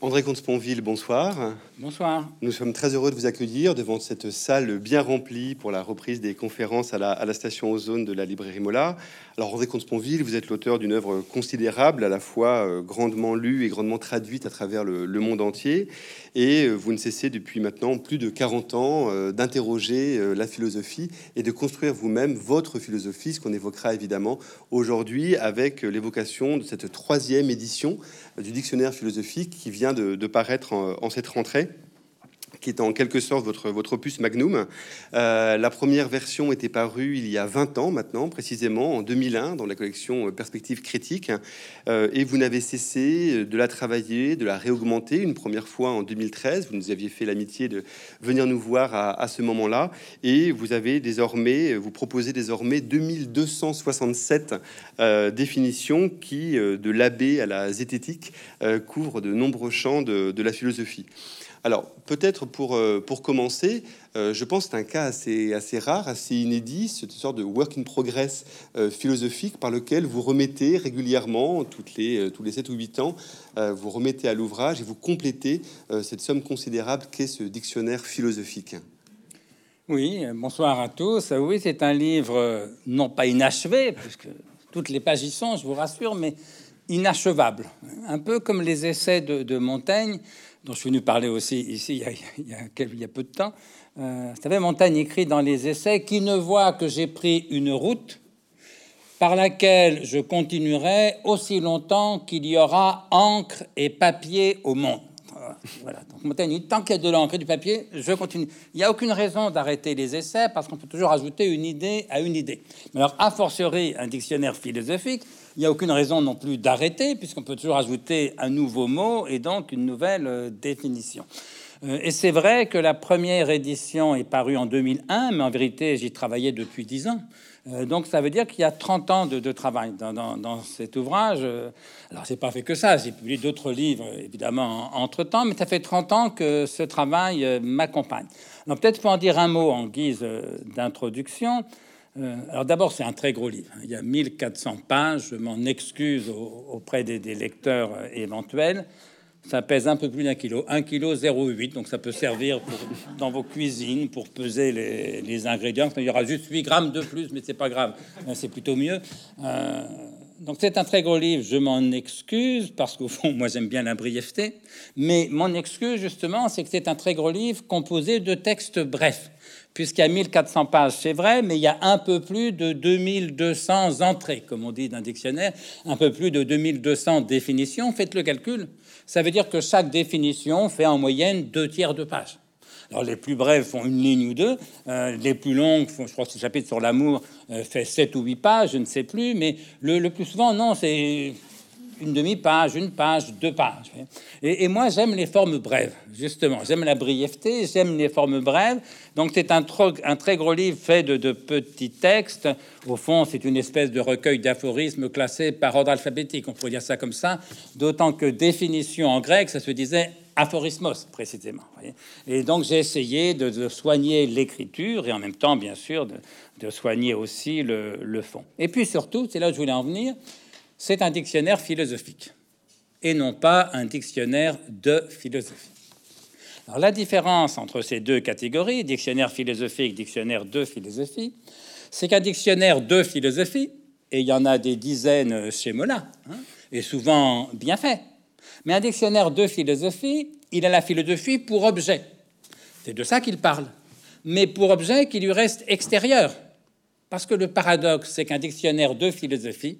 André Comte-Sponville, bonsoir. Bonsoir. Nous sommes très heureux de vous accueillir devant cette salle bien remplie pour la reprise des conférences à la station Ozone de la librairie Mola. Alors André Comte-Sponville, vous êtes l'auteur d'une œuvre considérable, à la fois grandement lue et grandement traduite à travers le monde entier. Et vous ne cessez depuis maintenant plus de 40 ans d'interroger la philosophie et de construire vous-même votre philosophie, ce qu'on évoquera évidemment aujourd'hui avec l'évocation de cette 3e édition du dictionnaire philosophique qui vient de paraître en cette rentrée, qui est en quelque sorte votre opus magnum. La première version était parue il y a 20 ans maintenant, précisément en 2001, dans la collection Perspectives critiques. Et vous n'avez cessé de la travailler, de la réaugmenter une première fois en 2013. Vous nous aviez fait l'amitié de venir nous voir à ce moment-là. Et vous proposez désormais 2267 définitions qui, de l'abbé à la zététique, couvrent de nombreux champs de la philosophie. Alors, peut-être pour commencer, je pense que c'est un cas assez rare, assez inédit, cette sorte de work in progress philosophique par lequel vous remettez régulièrement, tous les 7 ou 8 ans, vous remettez à l'ouvrage et vous complétez cette somme considérable qu'est ce dictionnaire philosophique. Oui, bonsoir à tous. Oui, c'est un livre non pas inachevé, puisque toutes les pages y sont, je vous rassure, mais inachevable. Un peu comme les essais de Montaigne, dont je suis venu parler aussi ici il y a peu de temps. Vous savez, Montaigne écrit dans les essais « Qui ne voit que j'ai pris une route par laquelle je continuerai aussi longtemps qu'il y aura encre et papier au monde. » Voilà. Donc Montaigne dit « Tant qu'il y a de l'encre et du papier, je continue. » Il n'y a aucune raison d'arrêter les essais parce qu'on peut toujours ajouter une idée à une idée. Mais alors, a fortiori, un dictionnaire philosophique, il n'y a aucune raison non plus d'arrêter, puisqu'on peut toujours ajouter un nouveau mot et donc une nouvelle définition. Et c'est vrai que la première édition est parue en 2001, mais en vérité, j'y travaillais depuis 10 ans. Donc ça veut dire qu'il y a 30 ans de travail dans cet ouvrage. Alors j'ai pas fait que ça, j'ai publié d'autres livres, évidemment, entre-temps, mais ça fait 30 ans que ce travail m'accompagne. Alors peut-être pour en dire un mot en guise d'introduction. Alors d'abord, c'est un très gros livre. Il y a 1400 pages. Je m'en excuse auprès des lecteurs éventuels. Ça pèse un peu plus d'1 kilo, 1,08 kg. Donc ça peut servir dans vos cuisines pour peser les ingrédients. Il y aura juste 8 grammes de plus, mais c'est pas grave. C'est plutôt mieux. Donc c'est un très gros livre. Je m'en excuse parce qu'au fond, moi j'aime bien la brièveté. Mais mon excuse justement, c'est que c'est un très gros livre composé de textes brefs. Puisqu'il y a 1400 pages, c'est vrai, mais il y a un peu plus de 2200 entrées, comme on dit d'un dictionnaire, un peu plus de 2200 définitions. Faites le calcul. Ça veut dire que chaque définition fait en moyenne 2/3 de page. Alors, les plus brèves font 1 ligne ou 2. Les plus longues, je crois que ce chapitre sur l'amour fait 7 ou 8 pages, je ne sais plus. Mais le plus souvent, non, c'est une demi-page, 1 page, 2 pages. Et moi, j'aime les formes brèves, justement. J'aime la brièveté, j'aime les formes brèves. Donc, c'est un très gros livre fait de petits textes. Au fond, c'est une espèce de recueil d'aphorismes classés par ordre alphabétique. On pourrait dire ça comme ça. D'autant que définition en grec, ça se disait aphorismos, précisément. Et donc, j'ai essayé de soigner l'écriture et en même temps, bien sûr, de soigner aussi le fond. Et puis, surtout, c'est là où je voulais en venir, c'est un dictionnaire philosophique et non pas un dictionnaire de philosophie. Alors, la différence entre ces deux catégories, dictionnaire philosophique, dictionnaire de philosophie, c'est qu'un dictionnaire de philosophie, et il y en a des dizaines chez Mola, et souvent bien fait, mais un dictionnaire de philosophie, il a la philosophie pour objet. C'est de ça qu'il parle, mais pour objet qui lui reste extérieur. Parce que le paradoxe, c'est qu'un dictionnaire de philosophie,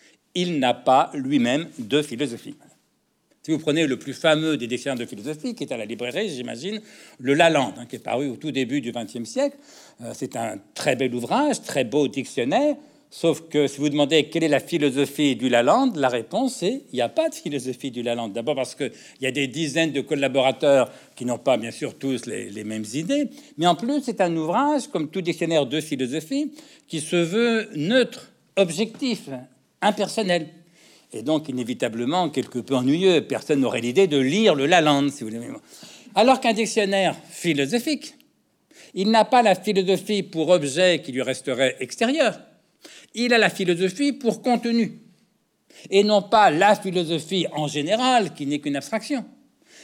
il n'a pas lui-même de philosophie. Si vous prenez le plus fameux des dictionnaires de philosophie, qui est à la librairie, j'imagine, le Lalande, qui est paru au tout début du XXe siècle, c'est un très bel ouvrage, très beau dictionnaire, sauf que si vous demandez quelle est la philosophie du Lalande, la réponse est il n'y a pas de philosophie du Lalande. D'abord parce qu'il y a des dizaines de collaborateurs qui n'ont pas, bien sûr, tous les mêmes idées, mais en plus, c'est un ouvrage, comme tout dictionnaire de philosophie, qui se veut neutre, objectif, impersonnel. Et donc, inévitablement, quelque peu ennuyeux. Personne n'aurait l'idée de lire le Lalande, si vous voulez. Alors qu'un dictionnaire philosophique, il n'a pas la philosophie pour objet qui lui resterait extérieur. Il a la philosophie pour contenu. Et non pas la philosophie en général, qui n'est qu'une abstraction.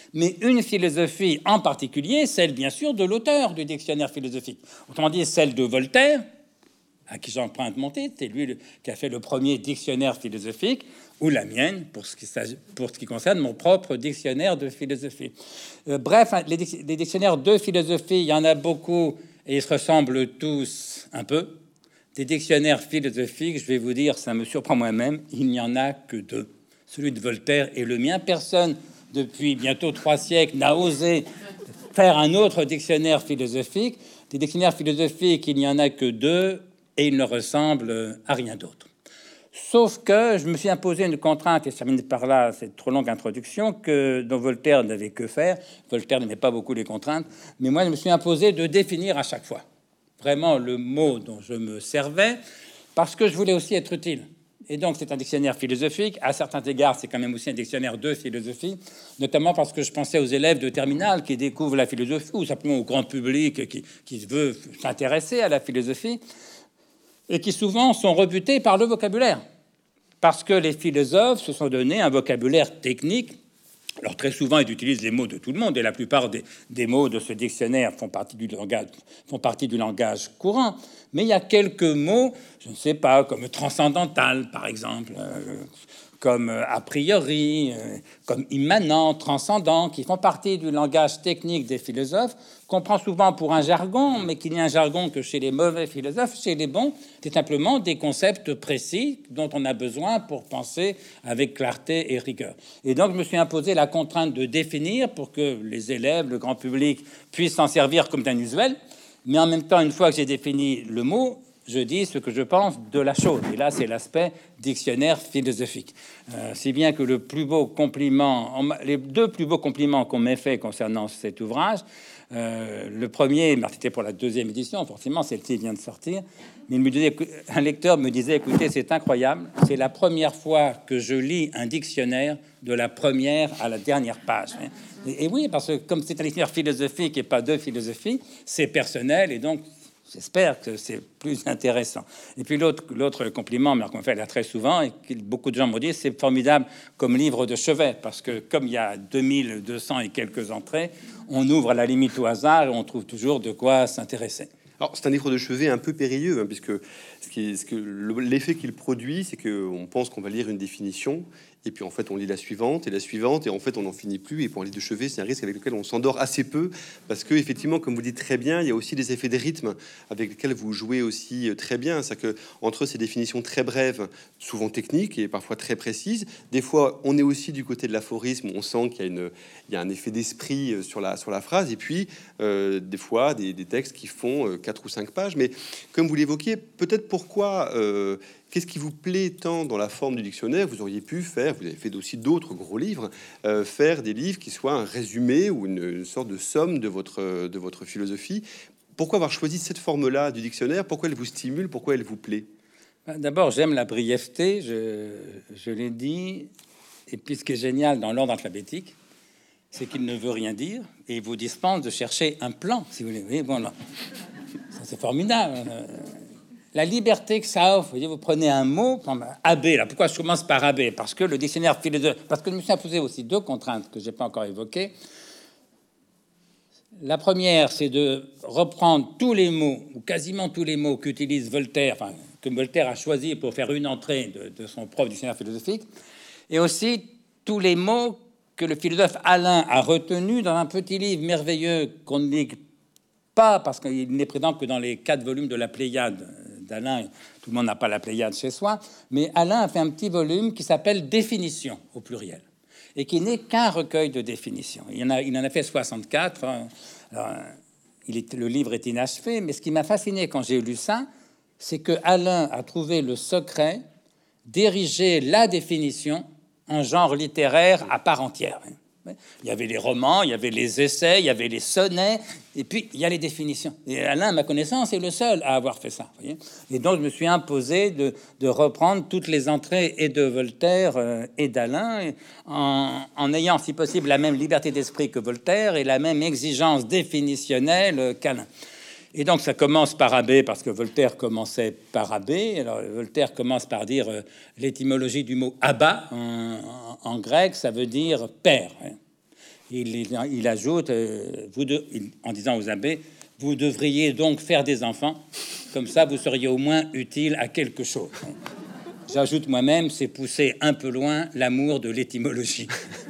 mais une philosophie en particulier, celle bien sûr de l'auteur du dictionnaire philosophique. Autrement dit, celle de Voltaire, à qui j'emprunte mon titre, c'est lui qui a fait le premier dictionnaire philosophique, ou la mienne, pour ce qui concerne mon propre dictionnaire de philosophie. Bref, les dictionnaires de philosophie, il y en a beaucoup, et ils se ressemblent tous un peu. Des dictionnaires philosophiques, je vais vous dire, ça me surprend moi-même, il n'y en a que deux. Celui de Voltaire et le mien. Personne, depuis bientôt 3 siècles, n'a osé faire un autre dictionnaire philosophique. Des dictionnaires philosophiques, il n'y en a que deux, et ils ne ressemblent à rien d'autre. Sauf que je me suis imposé une contrainte, et ça termine par là cette trop longue introduction, dont Voltaire n'avait que faire. Voltaire n'aimait pas beaucoup les contraintes, mais moi, je me suis imposé de définir à chaque fois vraiment le mot dont je me servais, parce que je voulais aussi être utile. Et donc, c'est un dictionnaire philosophique. À certains égards, c'est quand même aussi un dictionnaire de philosophie, notamment parce que je pensais aux élèves de terminale qui découvrent la philosophie, ou simplement au grand public qui veut s'intéresser à la philosophie, et qui souvent sont rebutés par le vocabulaire, parce que les philosophes se sont donné un vocabulaire technique. Alors très souvent, ils utilisent les mots de tout le monde, et la plupart des mots de ce dictionnaire font partie du langage courant. Mais il y a quelques mots, je ne sais pas, comme transcendantal, par exemple, comme a priori, comme immanent, transcendant, qui font partie du langage technique des philosophes, qu'on prend souvent pour un jargon, mais qu'il n'y a un jargon que chez les mauvais philosophes. Chez les bons, c'est simplement des concepts précis dont on a besoin pour penser avec clarté et rigueur. Et donc, je me suis imposé la contrainte de définir pour que les élèves, le grand public, puissent s'en servir comme d'un usuel. Mais en même temps, une fois que j'ai défini le mot, je dis ce que je pense de la chose. Et là, c'est l'aspect dictionnaire philosophique. Si bien que les deux plus beaux compliments qu'on m'ait fait concernant cet ouvrage, le premier, c'était pour la 2e édition, forcément, celle-ci vient de sortir, mais un lecteur me disait, écoutez, c'est incroyable, c'est la première fois que je lis un dictionnaire de la première à la dernière page. Et oui, parce que comme c'est un dictionnaire philosophique et pas de philosophie, c'est personnel, et donc j'espère que c'est plus intéressant. Et puis l'autre compliment, mais qu'on fait là très souvent, et que beaucoup de gens m'ont dit, c'est formidable comme livre de chevet, parce que comme il y a 2200 et quelques entrées, on ouvre à la limite au hasard et on trouve toujours de quoi s'intéresser. Alors, c'est un livre de chevet un peu périlleux, hein, puisque l'effet qu'il produit, c'est qu'on pense qu'on va lire une définition, et puis en fait on lit la suivante, et en fait on n'en finit plus. Et pour un livre de chevet, c'est un risque avec lequel on s'endort assez peu, parce que effectivement, comme vous dites très bien, il y a aussi des effets de rythme avec lesquels vous jouez aussi très bien. C'est-à-dire que entre ces définitions très brèves, souvent techniques et parfois très précises, des fois on est aussi du côté de l'aphorisme, on sent qu'il y a un effet d'esprit sur la phrase, et puis des fois des textes qui font 4 ou 5 pages. Mais comme vous l'évoquiez, peut-être pourquoi qu'est-ce qui vous plaît tant dans la forme du dictionnaire? Vous auriez pu faire, vous avez fait aussi d'autres gros livres, faire des livres qui soient un résumé ou une sorte de somme de votre philosophie. Pourquoi avoir choisi cette forme-là du dictionnaire? Pourquoi elle vous stimule? Pourquoi elle vous plaît? D'abord, j'aime la brièveté, je l'ai dit. Et puis ce qui est génial dans l'ordre alphabétique, c'est qu'il ne veut rien dire et il vous dispense de chercher un plan, si vous voulez. Oui, bon, là, ça c'est formidable. La liberté que ça offre, vous voyez, vous prenez un mot comme AB. Là, pourquoi je commence par AB? Parce que le dictionnaire philosophique, parce que je me suis imposé aussi 2 contraintes que j'ai pas encore évoquées. La première, c'est de reprendre tous les mots, ou quasiment tous les mots qu'utilise Voltaire, enfin, que Voltaire a choisi pour faire une entrée de son propre dictionnaire philosophique, et aussi tous les mots que le philosophe Alain a retenus dans un petit livre merveilleux qu'on ne lit pas, parce qu'il n'est présent que dans les 4 volumes de la Pléiade d'Alain. Tout le monde n'a pas la Pléiade chez soi, mais Alain a fait un petit volume qui s'appelle Définition au pluriel, et qui n'est qu'un recueil de définitions. Il en a fait 64. Alors, le livre est inachevé, mais ce qui m'a fasciné quand j'ai lu ça, c'est que Alain a trouvé le secret d'ériger la définition en genre littéraire à part entière. Il y avait les romans, il y avait les essais, il y avait les sonnets, et puis il y a les définitions. Et Alain, à ma connaissance, est le seul à avoir fait ça. Voyez, et donc, je me suis imposé de reprendre toutes les entrées et de Voltaire et d'Alain, en ayant, si possible, la même liberté d'esprit que Voltaire et la même exigence définitionnelle qu'Alain. Et donc, ça commence par AB, parce que Voltaire commençait par AB. Alors, Voltaire commence par dire l'étymologie du mot Abba, en grec, ça veut dire père. Il ajoute, en disant aux abbés, vous devriez donc faire des enfants, comme ça vous seriez au moins utile à quelque chose. J'ajoute moi-même, c'est pousser un peu loin l'amour de l'étymologie.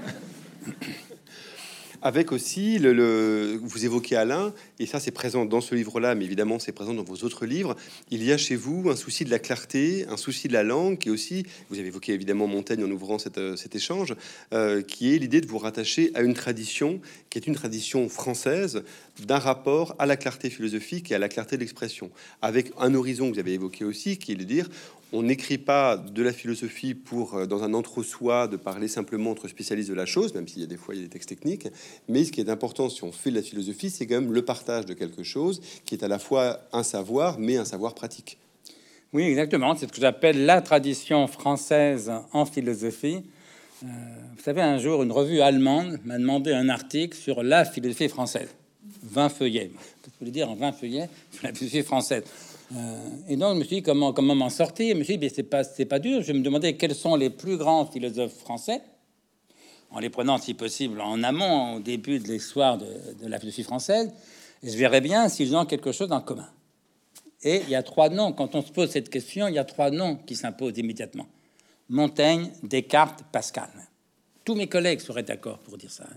Avec aussi, vous évoquez Alain, et ça c'est présent dans ce livre-là, mais évidemment c'est présent dans vos autres livres. Il y a chez vous un souci de la clarté, un souci de la langue, qui est aussi, vous avez évoqué évidemment Montaigne en ouvrant cet échange, qui est l'idée de vous rattacher à une tradition, qui est une tradition française, d'un rapport à la clarté philosophique et à la clarté de l'expression, avec un horizon que vous avez évoqué aussi, qui est de dire, on n'écrit pas de la philosophie pour, dans un entre-soi, de parler simplement entre spécialistes de la chose, même s'il y a des fois il y a des textes techniques. Mais ce qui est important, si on fait de la philosophie, c'est quand même le partage de quelque chose qui est à la fois un savoir, mais un savoir pratique. Oui, exactement. C'est ce que j'appelle la tradition française en philosophie. Vous savez, un jour, une revue allemande m'a demandé un article sur la philosophie française. 20 feuillets. Vous voulez dire en 20 feuillets sur la philosophie française. Et donc, je me suis dit, comment m'en sortir? Je me suis dit, c'est pas dur. Je me demandais quels sont les plus grands philosophes français, en les prenant, si possible, en amont, au début de l'histoire de la philosophie française. Et je verrais bien s'ils ont quelque chose en commun. Et il y a 3 noms. Quand on se pose cette question, il y a 3 noms qui s'imposent immédiatement. Montaigne, Descartes, Pascal. Tous mes collègues seraient d'accord pour dire ça.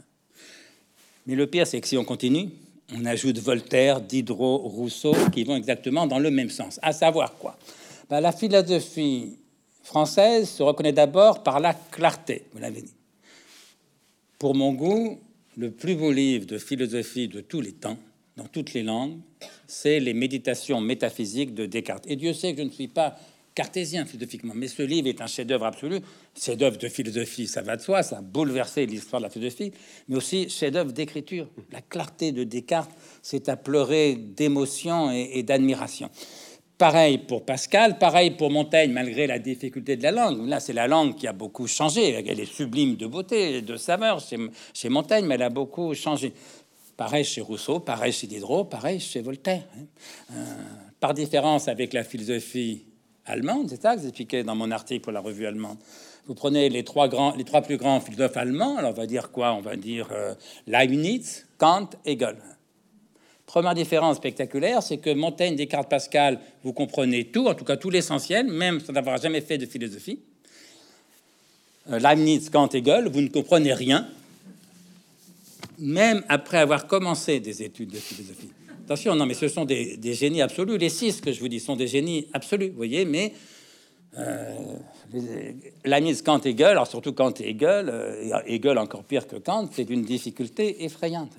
Mais le pire, c'est que si on continue, on ajoute Voltaire, Diderot, Rousseau, qui vont exactement dans le même sens. À savoir quoi? La philosophie française se reconnaît d'abord par la clarté, vous l'avez dit. Pour mon goût, le plus beau livre de philosophie de tous les temps, dans toutes les langues, c'est les Méditations métaphysiques de Descartes. Et Dieu sait que je ne suis pas cartésien philosophiquement, mais ce livre est un chef-d'œuvre absolu. Chef-d'œuvre de philosophie, ça va de soi, ça a bouleversé l'histoire de la philosophie, mais aussi chef-d'œuvre d'écriture. La clarté de Descartes, c'est à pleurer d'émotion et d'admiration. Pareil pour Pascal, pareil pour Montaigne, malgré la difficulté de la langue. Là, c'est la langue qui a beaucoup changé. Elle est sublime de beauté, de saveur chez Montaigne, mais elle a beaucoup changé. Pareil chez Rousseau, pareil chez Diderot, pareil chez Voltaire. Par différence avec la philosophie allemande, c'est ça que j'expliquais dans mon article pour la revue allemande. Vous prenez les trois plus grands philosophes allemands, alors on va dire quoi? On va dire Leibniz, Kant, Hegel. Première différence spectaculaire, c'est que Montaigne, Descartes, Pascal, vous comprenez tout, en tout cas tout l'essentiel, même sans avoir jamais fait de philosophie. Leibniz, Kant, Hegel, vous ne comprenez rien, même après avoir commencé des études de philosophie. Attention, non, mais ce sont des génies absolus. Les 6 que je vous dis sont des génies absolus, vous voyez, mais Leibniz, Kant, Hegel, alors surtout Kant et Hegel encore pire que Kant, c'est d'une difficulté effrayante.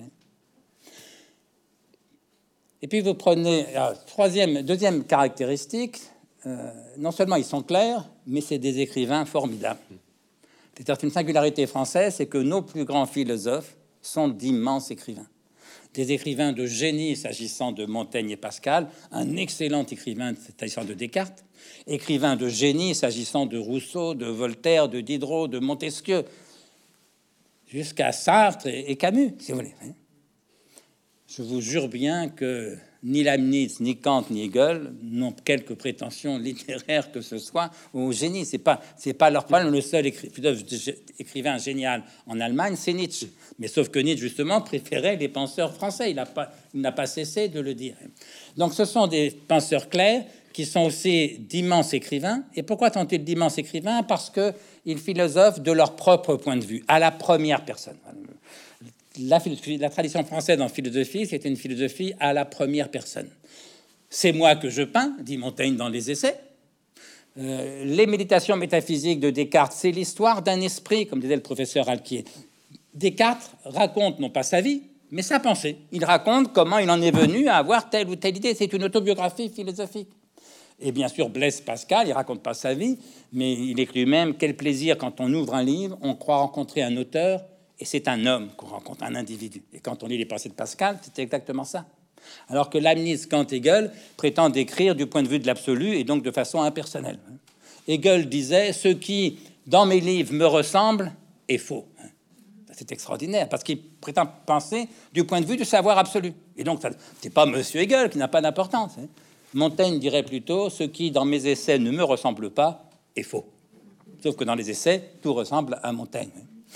Et puis vous prenez, deuxième caractéristique, non seulement ils sont clairs, mais c'est des écrivains formidables. C'est une singularité française, c'est que nos plus grands philosophes sont d'immenses écrivains. Des écrivains de génie s'agissant de Montaigne et Pascal, un excellent écrivain s'agissant de Descartes, écrivain de génie s'agissant de Rousseau, de Voltaire, de Diderot, de Montesquieu, jusqu'à Sartre et Camus, si vous voulez. Je vous jure bien que ni Leibniz, ni Kant, ni Hegel n'ont quelque prétention littéraire que ce soit au génie. C'est pas leur problème. Le seul écrivain génial en Allemagne, c'est Nietzsche. Mais sauf que Nietzsche, justement, préférait les penseurs français. Il n'a pas cessé de le dire. Donc, ce sont des penseurs clairs qui sont aussi d'immenses écrivains. Et pourquoi sont-ils d'immenses écrivains? Parce qu'ils philosophent de leur propre point de vue, à la première personne. La tradition française en philosophie, c'est une philosophie à la première personne. C'est moi que je peins, dit Montaigne dans les Essais. Les Méditations métaphysiques de Descartes, c'est l'histoire d'un esprit, comme disait le professeur Alquier. Descartes raconte non pas sa vie, mais sa pensée. Il raconte comment il en est venu à avoir telle ou telle idée. C'est une autobiographie philosophique. Et bien sûr, Blaise Pascal, il raconte pas sa vie, mais il écrit même « Quel plaisir quand on ouvre un livre, on croit rencontrer un auteur, et c'est un homme qu'on rencontre, un individu. » Et quand on lit les pensées de Pascal, c'est exactement ça. Alors que Leibniz, Kant, Hegel prétendent écrire du point de vue de l'absolu et donc de façon impersonnelle. Hegel disait « Ce qui, dans mes livres, me ressemble est faux. » C'est extraordinaire, parce qu'il prétend penser du point de vue du savoir absolu. Et donc, c'est pas Monsieur Hegel qui n'a pas d'importance. Montaigne dirait plutôt « Ce qui, dans mes essais, ne me ressemble pas est faux. » Sauf que dans les essais, tout ressemble à Montaigne.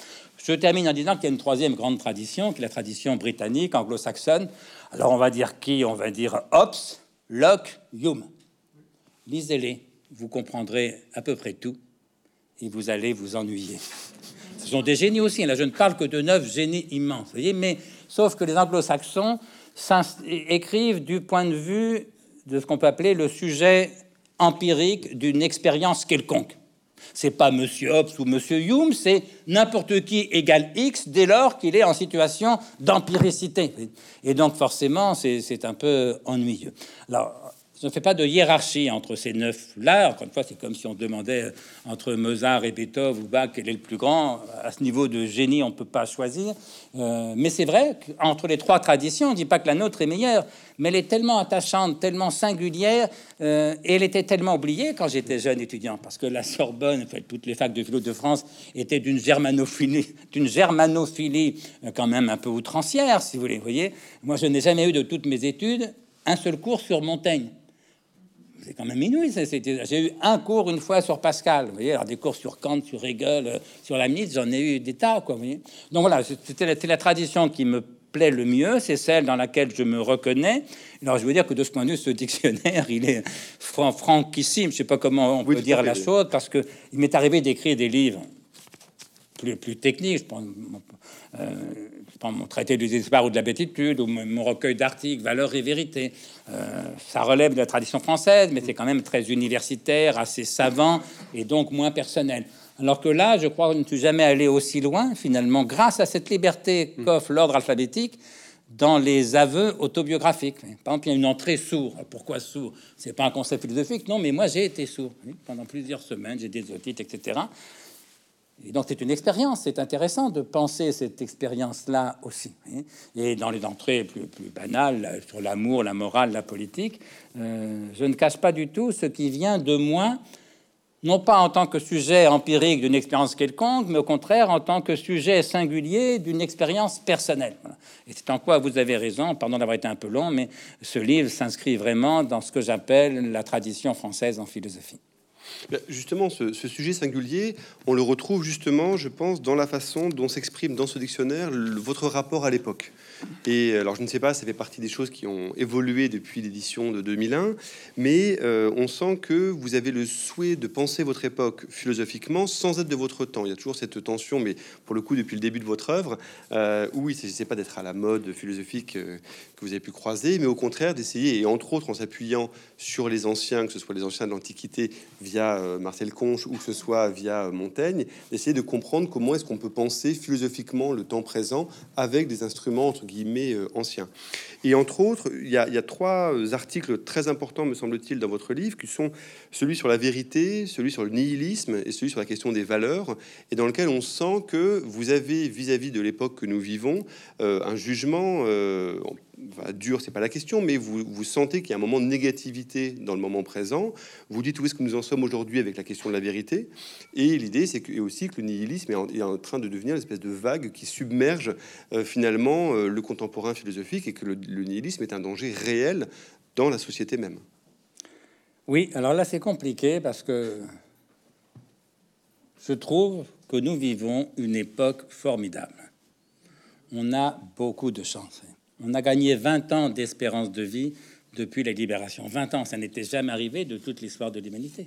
Je termine en disant qu'il y a une troisième grande tradition, qui est la tradition britannique, anglo-saxonne. Alors, on va dire qui? On va dire Hobbes, Locke, Hume. Lisez-les, vous comprendrez à peu près tout, et vous allez vous ennuyer. Ce sont des génies aussi. Là, je ne parle que de 9 génies immenses, vous voyez, mais sauf que les anglo-saxons écrivent du point de vue de ce qu'on peut appeler le sujet empirique d'une expérience quelconque. C'est pas Monsieur Hobbes ou Monsieur Hume, c'est n'importe qui égale X dès lors qu'il est en situation d'empiricité. Et donc forcément, c'est un peu ennuyeux. Alors, je ne fais pas de hiérarchie entre ces 9-là. Encore une fois, c'est comme si on demandait entre Mozart et Beethoven ou Bach quel est le plus grand. À ce niveau de génie, on ne peut pas choisir. Mais c'est vrai qu'entre les trois traditions, on ne dit pas que la nôtre est meilleure, mais elle est tellement attachante, tellement singulière, et elle était tellement oubliée quand j'étais jeune étudiant, parce que la Sorbonne, en fait, toutes les facs de philo de France étaient d'une germanophilie quand même un peu outrancière, si vous voulez. Vous voyez, moi, je n'ai jamais eu de toutes mes études un seul cours sur Montaigne. C'est quand même inouï. J'ai eu un cours une fois sur Pascal. Vous voyez, alors des cours sur Kant, sur Hegel, sur Leibniz, j'en ai eu des tas, quoi. Vous voyez. Donc voilà, c'est la tradition qui me plaît le mieux, c'est celle dans laquelle je me reconnais. Alors je veux dire que de ce point de vue, ce dictionnaire, il est franquissime. Je ne sais pas comment on peut dire la chose, parce que il m'est arrivé d'écrire des livres plus techniques. Je prends mon traité du désespoir ou de la béatitude, ou mon recueil d'articles, Valeurs et vérités. Ça relève de la tradition française, mais c'est quand même très universitaire, assez savant, et donc moins personnel. Alors que là, je crois que je ne suis jamais allé aussi loin, finalement, grâce à cette liberté qu'offre l'ordre alphabétique dans les aveux autobiographiques. Par exemple, il y a une entrée sourd. Pourquoi sourd? C'est pas un concept philosophique, non, mais moi, j'ai été sourd. Pendant plusieurs semaines, j'ai des otites, etc. Et donc, c'est une expérience. C'est intéressant de penser cette expérience-là aussi. Et dans les entrées plus banales, sur l'amour, la morale, la politique, je ne cache pas du tout ce qui vient de moi, non pas en tant que sujet empirique d'une expérience quelconque, mais au contraire en tant que sujet singulier d'une expérience personnelle. Et c'est en quoi vous avez raison, pardon d'avoir été un peu long, mais ce livre s'inscrit vraiment dans ce que j'appelle la tradition française en philosophie. Justement, ce sujet singulier, on le retrouve justement, je pense, dans la façon dont s'exprime dans ce dictionnaire votre rapport à l'époque. Et alors, je ne sais pas, ça fait partie des choses qui ont évolué depuis l'édition de 2001, mais on sent que vous avez le souhait de penser votre époque philosophiquement sans être de votre temps. Il y a toujours cette tension, mais pour le coup, depuis le début de votre œuvre, où il ne s'agissait pas d'être à la mode philosophique que vous avez pu croiser, mais au contraire d'essayer, et entre autres en s'appuyant sur les anciens, que ce soit les anciens de l'Antiquité via Marcel Conche ou que ce soit via Montaigne, d'essayer de comprendre comment est-ce qu'on peut penser philosophiquement le temps présent avec des instruments entre guillemets anciens. Et entre autres, il y a trois articles très importants, me semble-t-il, dans votre livre, qui sont celui sur la vérité, celui sur le nihilisme et celui sur la question des valeurs, et dans lequel on sent que vous avez, vis-à-vis de l'époque que nous vivons, un jugement dur, c'est pas la question, mais vous sentez qu'il y a un moment de négativité dans le moment présent. Vous dites où est-ce que nous en sommes aujourd'hui avec la question de la vérité, et l'idée c'est que, et aussi que le nihilisme est en train de devenir une espèce de vague qui submerge finalement le contemporain philosophique, et que le nihilisme est un danger réel dans la société même. Oui, alors là c'est compliqué parce que je trouve que nous vivons une époque formidable. On a beaucoup de chance. On a gagné 20 ans d'espérance de vie depuis la libération. 20 ans, ça n'était jamais arrivé de toute l'histoire de l'humanité.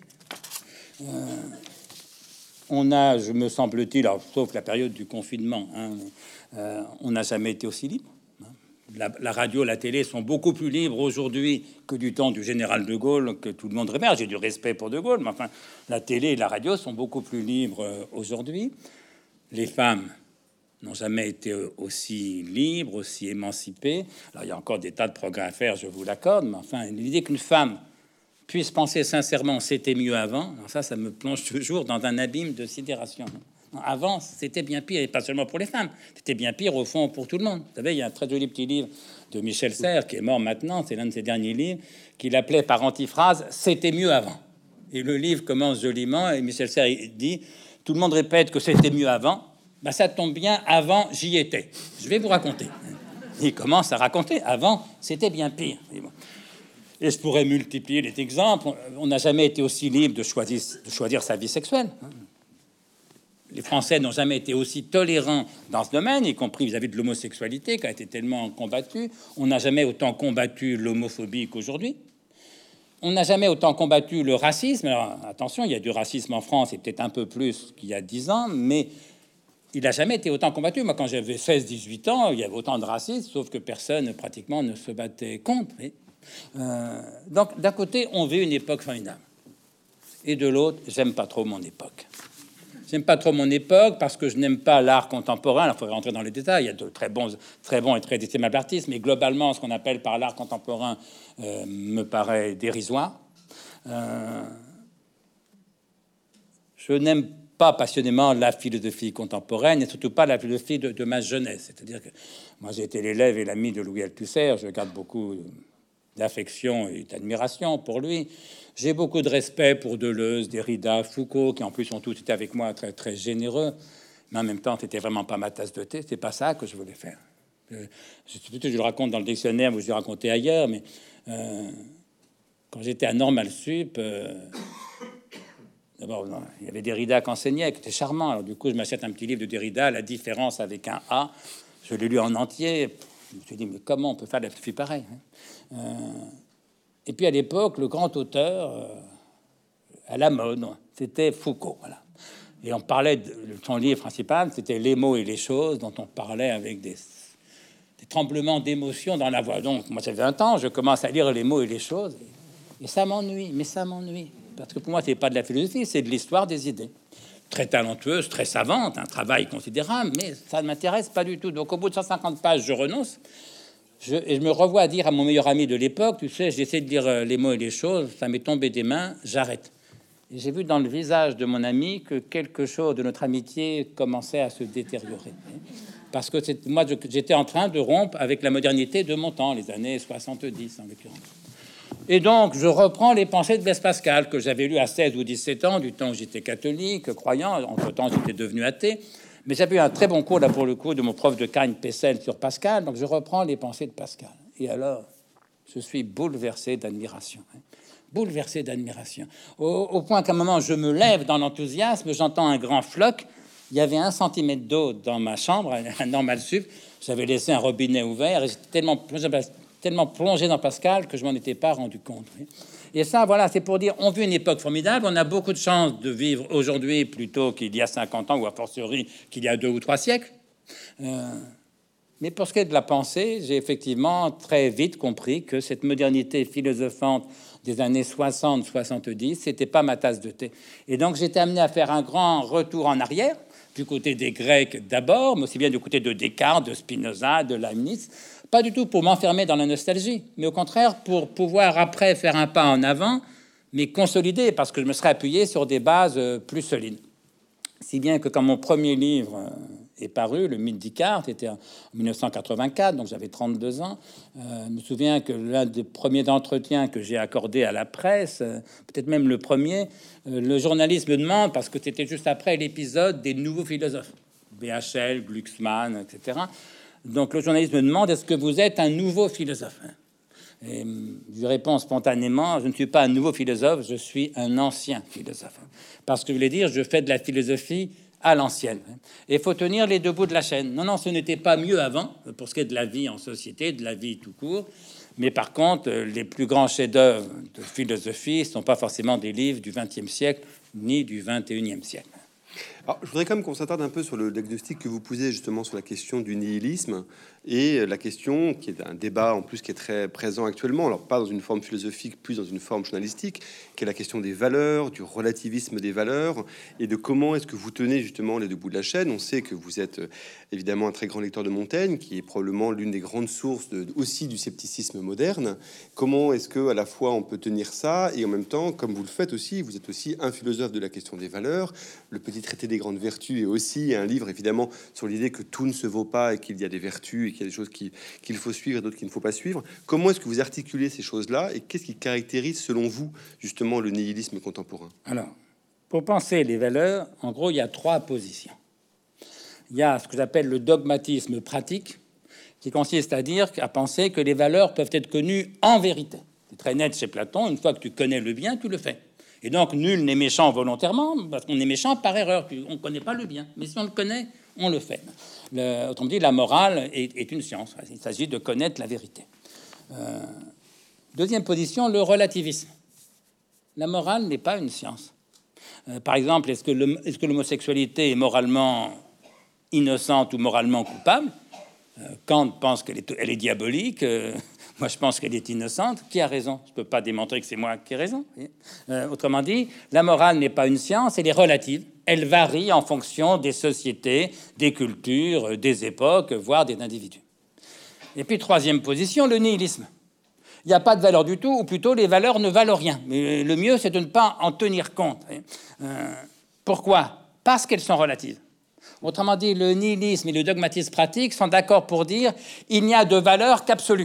On a, je me semble-t-il, sauf la période du confinement, on n'a jamais été aussi libre. La radio, la télé sont beaucoup plus libres aujourd'hui que du temps du général de Gaulle, que tout le monde révère. J'ai du respect pour de Gaulle, mais enfin, la télé et la radio sont beaucoup plus libres aujourd'hui. Les femmes n'ont jamais été aussi libres, aussi émancipées. Alors, il y a encore des tas de progrès à faire, je vous l'accorde, mais enfin, l'idée qu'une femme puisse penser sincèrement « c'était mieux avant », ça me plonge toujours dans un abîme de sidération. Avant, c'était bien pire, et pas seulement pour les femmes, c'était bien pire, au fond, pour tout le monde. Vous savez, il y a un très joli petit livre de Michel Serres, qui est mort maintenant, c'est l'un de ses derniers livres, qu'il appelait par antiphrase « c'était mieux avant ». Et le livre commence joliment, et Michel Serres dit « tout le monde répète que c'était mieux avant ». Ben, ça tombe bien, avant, j'y étais. Je vais vous raconter. Il commence à raconter. Avant, c'était bien pire. Et je pourrais multiplier les exemples. On n'a jamais été aussi libre de choisir sa vie sexuelle. les Français n'ont jamais été aussi tolérants dans ce domaine, y compris vis-à-vis de l'homosexualité, qui a été tellement combattue. On n'a jamais autant combattu l'homophobie qu'aujourd'hui. On n'a jamais autant combattu le racisme. Alors, attention, il y a du racisme en France, et peut-être un peu plus qu'il y a 10 ans, mais il n'a jamais été autant combattu. Moi, quand j'avais 16-18 ans, il y avait autant de racisme, sauf que personne, pratiquement, ne se battait contre. Donc, d'un côté, on vit une époque formidable. Et de l'autre, j'aime pas trop mon époque. J'aime pas trop mon époque parce que je n'aime pas l'art contemporain. Alors, il faudrait rentrer dans les détails. Il y a de très bons et très estimables artistes, mais globalement, ce qu'on appelle par l'art contemporain me paraît dérisoire. Je n'aime pas passionnément la philosophie contemporaine et surtout pas la philosophie de ma jeunesse. C'est-à-dire que moi, j'ai été l'élève et l'ami de Louis Althusser. Je garde beaucoup d'affection et d'admiration pour lui. J'ai beaucoup de respect pour Deleuze, Derrida, Foucault, qui en plus ont tous été avec moi très, très généreux. Mais en même temps, c'était vraiment pas ma tasse de thé. C'est pas ça que je voulais faire. Je le raconte dans le dictionnaire, je l'ai raconté ailleurs, mais quand j'étais à Normal Sup, d'abord, il y avait Derrida qui enseignait, qui était charmant. Alors du coup, je m'achète un petit livre de Derrida, La différence avec un A. Je l'ai lu en entier. Je me suis dit, mais comment on peut faire de la philosophie pareille, Et puis à l'époque, le grand auteur à la mode, c'était Foucault. Voilà. Et on parlait de son livre principal, c'était Les mots et les choses, dont on parlait avec des tremblements d'émotion dans la voix. Donc, moi, j'avais 20 ans, je commence à lire Les mots et les choses, et ça m'ennuie, mais ça m'ennuie. Parce que pour moi, c'est pas de la philosophie, c'est de l'histoire des idées. Très talentueuse, très savante, un travail considérable, mais ça ne m'intéresse pas du tout. Donc, au bout de 150 pages, je renonce. Et je me revois à dire à mon meilleur ami de l'époque, tu sais, j'essaie de lire Les mots et les choses, ça m'est tombé des mains, j'arrête. Et j'ai vu dans le visage de mon ami que quelque chose de notre amitié commençait à se détériorer. Parce que moi, j'étais en train de rompre avec la modernité de mon temps, les années 70 en l'occurrence. Et donc, je reprends les pensées de Blaise Pascal, que j'avais lu à 16 ou 17 ans, du temps où j'étais catholique, croyant. Entre-temps, j'étais devenu athée. Mais j'avais eu un très bon cours, là, pour le coup, de mon prof de Cagne Pessel sur Pascal. Donc, je reprends les pensées de Pascal. Et alors, je suis bouleversé d'admiration. Bouleversé d'admiration. Au point qu'à un moment, je me lève dans l'enthousiasme, j'entends un grand floc. Il y avait 1 centimètre d'eau dans ma chambre, un Normal Sup. J'avais laissé un robinet ouvert et j'étais tellement plongé dans Pascal que je m'en étais pas rendu compte. Et ça, voilà, c'est pour dire, on vit une époque formidable. On a beaucoup de chance de vivre aujourd'hui plutôt qu'il y a 50 ans ou a fortiori qu'il y a 2 ou 3 siècles. Mais pour ce qui est de la pensée, j'ai effectivement très vite compris que cette modernité philosophante des années 60-70, c'était pas ma tasse de thé. Et donc, j'étais amené à faire un grand retour en arrière, du côté des Grecs d'abord, mais aussi bien du côté de Descartes, de Spinoza, de Leibniz. Pas du tout pour m'enfermer dans la nostalgie, mais au contraire pour pouvoir après faire un pas en avant, mais consolider, parce que je me serais appuyé sur des bases plus solides. Si bien que quand mon premier livre est paru, Le mythe d'Icare, c'était en 1984, donc j'avais 32 ans, je me souviens que l'un des premiers entretiens que j'ai accordé à la presse, peut-être même le premier, le journaliste me demande, parce que c'était juste après l'épisode des nouveaux philosophes, BHL, Glucksmann, etc., donc le journaliste me demande, est-ce que vous êtes un nouveau philosophe? Et je lui réponds spontanément, je ne suis pas un nouveau philosophe, je suis un ancien philosophe. Parce que je voulais dire, je fais de la philosophie à l'ancienne. Et il faut tenir les 2 bouts de la chaîne. Non, ce n'était pas mieux avant, pour ce qui est de la vie en société, de la vie tout court. Mais par contre, les plus grands chefs-d'œuvre de philosophie ne sont pas forcément des livres du XXe siècle, ni du XXIe siècle. Alors, je voudrais quand même qu'on s'attarde un peu sur le diagnostic que vous posez justement sur la question du nihilisme et la question qui est un débat en plus qui est très présent actuellement, alors pas dans une forme philosophique, plus dans une forme journalistique, qui est la question des valeurs, du relativisme des valeurs et de comment est-ce que vous tenez justement les 2 bouts de la chaîne. On sait que vous êtes évidemment un très grand lecteur de Montaigne, qui est probablement l'une des grandes sources aussi du scepticisme moderne. Comment est-ce que à la fois on peut tenir ça et en même temps, comme vous le faites aussi, vous êtes aussi un philosophe de la question des valeurs. Le petit traité des grandes vertus est aussi un livre évidemment sur l'idée que tout ne se vaut pas et qu'il y a des vertus et qu'il y a des choses qu'il faut suivre et d'autres qu'il ne faut pas suivre. Comment est-ce que vous articulez ces choses-là et qu'est-ce qui caractérise selon vous justement le nihilisme contemporain? Alors, pour penser les valeurs, en gros, il y a 3 positions. Il y a ce que j'appelle le dogmatisme pratique, qui consiste à penser que les valeurs peuvent être connues en vérité. C'est très net chez Platon, une fois que tu connais le bien, tu le fais. Et donc, nul n'est méchant volontairement, parce qu'on est méchant par erreur. On ne connaît pas le bien. Mais si on le connaît, on le fait. Autrement dit, la morale est une science. Il s'agit de connaître la vérité. Deuxième position, le relativisme. La morale n'est pas une science. Par exemple, est-ce que l'homosexualité est moralement innocente ou moralement coupable? Kant pense qu'elle est diabolique. Moi, je pense qu'elle est innocente. Qui a raison? Je ne peux pas démontrer que c'est moi qui ai raison. Autrement dit, la morale n'est pas une science, elle est relative. Elle varie en fonction des sociétés, des cultures, des époques, voire des individus. Et puis, troisième position, le nihilisme. Il n'y a pas de valeur du tout, ou plutôt les valeurs ne valent rien. Mais le mieux, c'est de ne pas en tenir compte. Pourquoi? Parce qu'elles sont relatives. Autrement dit, le nihilisme et le dogmatisme pratique sont d'accord pour dire il n'y a de valeur qu'absolue.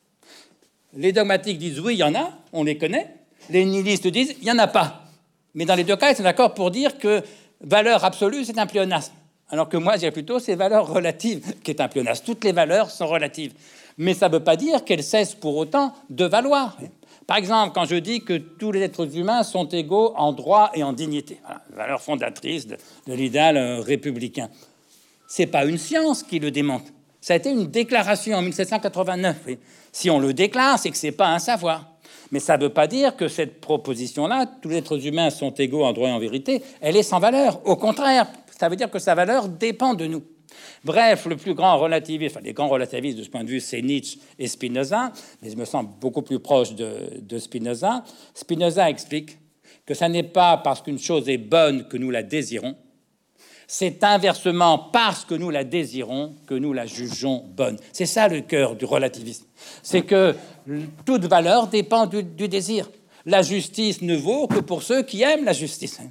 Les dogmatiques disent oui, il y en a, on les connaît. Les nihilistes disent il n'y en a pas. Mais dans les deux cas, ils sont d'accord pour dire que valeur absolue, c'est un pléonasme. Alors que moi, je dirais plutôt c'est valeur relative qui est un pléonasme. Toutes les valeurs sont relatives. Mais ça ne veut pas dire qu'elles cessent pour autant de valoir. Par exemple, quand je dis que tous les êtres humains sont égaux en droit et en dignité, voilà, valeur fondatrice de l'idéal républicain, c'est pas une science qui le démontre. Ça a été une déclaration en 1789. Oui. Si on le déclare, c'est que c'est pas un savoir. Mais ça ne veut pas dire que cette proposition-là, tous les êtres humains sont égaux en droit et en vérité, elle est sans valeur. Au contraire, ça veut dire que sa valeur dépend de nous. Bref, le plus grand relativiste, enfin les grands relativistes de ce point de vue, c'est Nietzsche et Spinoza, mais je me sens beaucoup plus proche de Spinoza. Spinoza explique que ça n'est pas parce qu'une chose est bonne que nous la désirons, c'est inversement parce que nous la désirons que nous la jugeons bonne. C'est ça le cœur du relativisme. C'est que toute valeur dépend du désir. La justice ne vaut que pour ceux qui aiment la justice.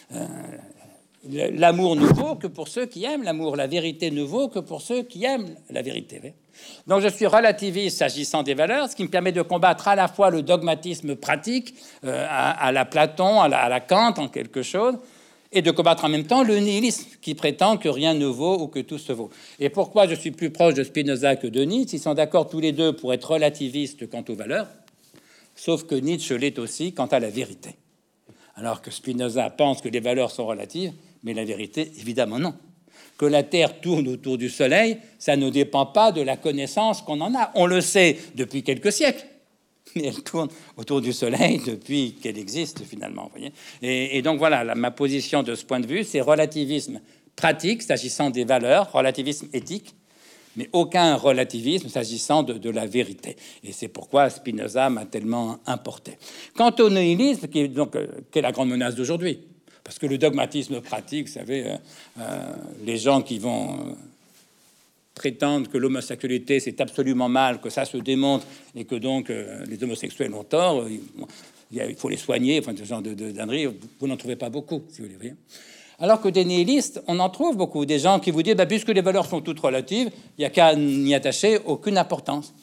L'amour ne vaut que pour ceux qui aiment l'amour. La vérité ne vaut que pour ceux qui aiment la vérité. Donc je suis relativiste s'agissant des valeurs, ce qui me permet de combattre à la fois le dogmatisme pratique, à la Platon, à la Kant en quelque chose, et de combattre en même temps le nihilisme qui prétend que rien ne vaut ou que tout se vaut. Et pourquoi je suis plus proche de Spinoza que de Nietzsche? Ils sont d'accord tous les deux pour être relativistes quant aux valeurs, sauf que Nietzsche l'est aussi quant à la vérité. Alors que Spinoza pense que les valeurs sont relatives, mais la vérité, évidemment, non. Que la Terre tourne autour du Soleil, ça ne dépend pas de la connaissance qu'on en a. On le sait depuis quelques siècles, mais elle tourne autour du Soleil depuis qu'elle existe, finalement. Vous voyez, et donc, voilà, ma position de ce point de vue, c'est relativisme pratique, s'agissant des valeurs, relativisme éthique, mais aucun relativisme s'agissant de la vérité. Et c'est pourquoi Spinoza m'a tellement importé. Quant au nihilisme, qui est la grande menace d'aujourd'hui, parce que le dogmatisme pratique, vous savez, les gens qui vont prétendent que l'homosexualité c'est absolument mal, que ça se démontre, et que donc les homosexuels ont tort, il faut les soigner, enfin ce genre d'ânerie, vous n'en trouvez pas beaucoup, si vous voulez. Alors que des nihilistes, on en trouve beaucoup, des gens qui vous disent puisque les valeurs sont toutes relatives, il n'y a qu'à n'y attacher aucune importance.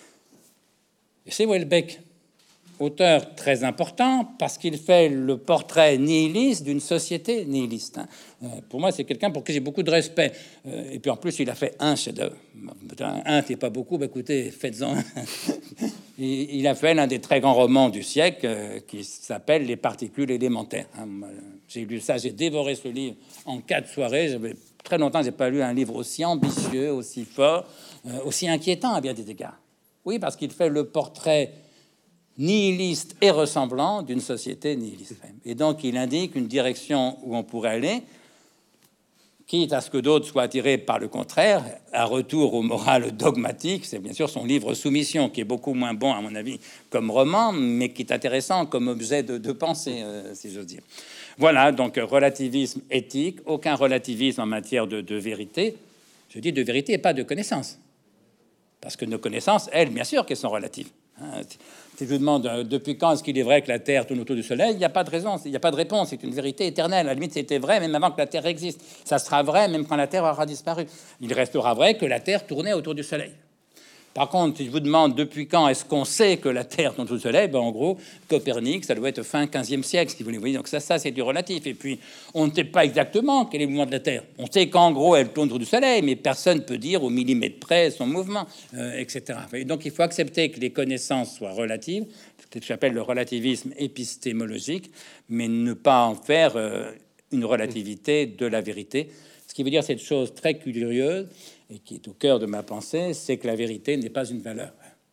Et c'est Houellebecq, auteur très important, parce qu'il fait le portrait nihiliste d'une société nihiliste. Pour moi, c'est quelqu'un pour qui j'ai beaucoup de respect. Et puis en plus, il a fait un chef-d'œuvre. Un, c'est pas beaucoup, écoutez, faites-en un. Il a fait l'un des très grands romans du siècle qui s'appelle Les particules élémentaires. J'ai lu ça, j'ai dévoré ce livre en 4 soirées. J'avais très longtemps, j'ai pas lu un livre aussi ambitieux, aussi fort, aussi inquiétant à bien des égards. Oui, parce qu'il fait le portrait nihiliste et ressemblant d'une société nihiliste. Et donc, il indique une direction où on pourrait aller, quitte à ce que d'autres soient attirés par le contraire, un retour aux morales dogmatiques. C'est bien sûr son livre Soumission, qui est beaucoup moins bon, à mon avis, comme roman, mais qui est intéressant comme objet de pensée, si j'ose dire. Voilà, donc relativisme éthique, aucun relativisme en matière de vérité. Je dis de vérité et pas de connaissance. Parce que nos connaissances, elles, bien sûr qu'elles sont relatives. Si je vous demande depuis quand est-ce qu'il est vrai que la Terre tourne autour du Soleil, il n'y a pas de raison, il n'y a pas de réponse. C'est une vérité éternelle. À la limite, c'était vrai même avant que la Terre existe. Ça sera vrai même quand la Terre aura disparu. Il restera vrai que la Terre tournait autour du Soleil. Par contre, si je vous demande depuis quand est-ce qu'on sait que la Terre tourne autour du Soleil, ben, en gros, Copernic, ça doit être fin 15e siècle, si vous voulez. Donc ça c'est du relatif. Et puis, on ne sait pas exactement quel est le mouvement de la Terre. On sait qu'en gros, elle tourne autour du Soleil, mais personne ne peut dire au millimètre près son mouvement, etc. Et donc, il faut accepter que les connaissances soient relatives, ce que j'appelle le relativisme épistémologique, mais ne pas en faire une relativité de la vérité. Ce qui veut dire cette chose très curieuse et qui est au cœur de ma pensée, c'est que la vérité n'est pas une valeur.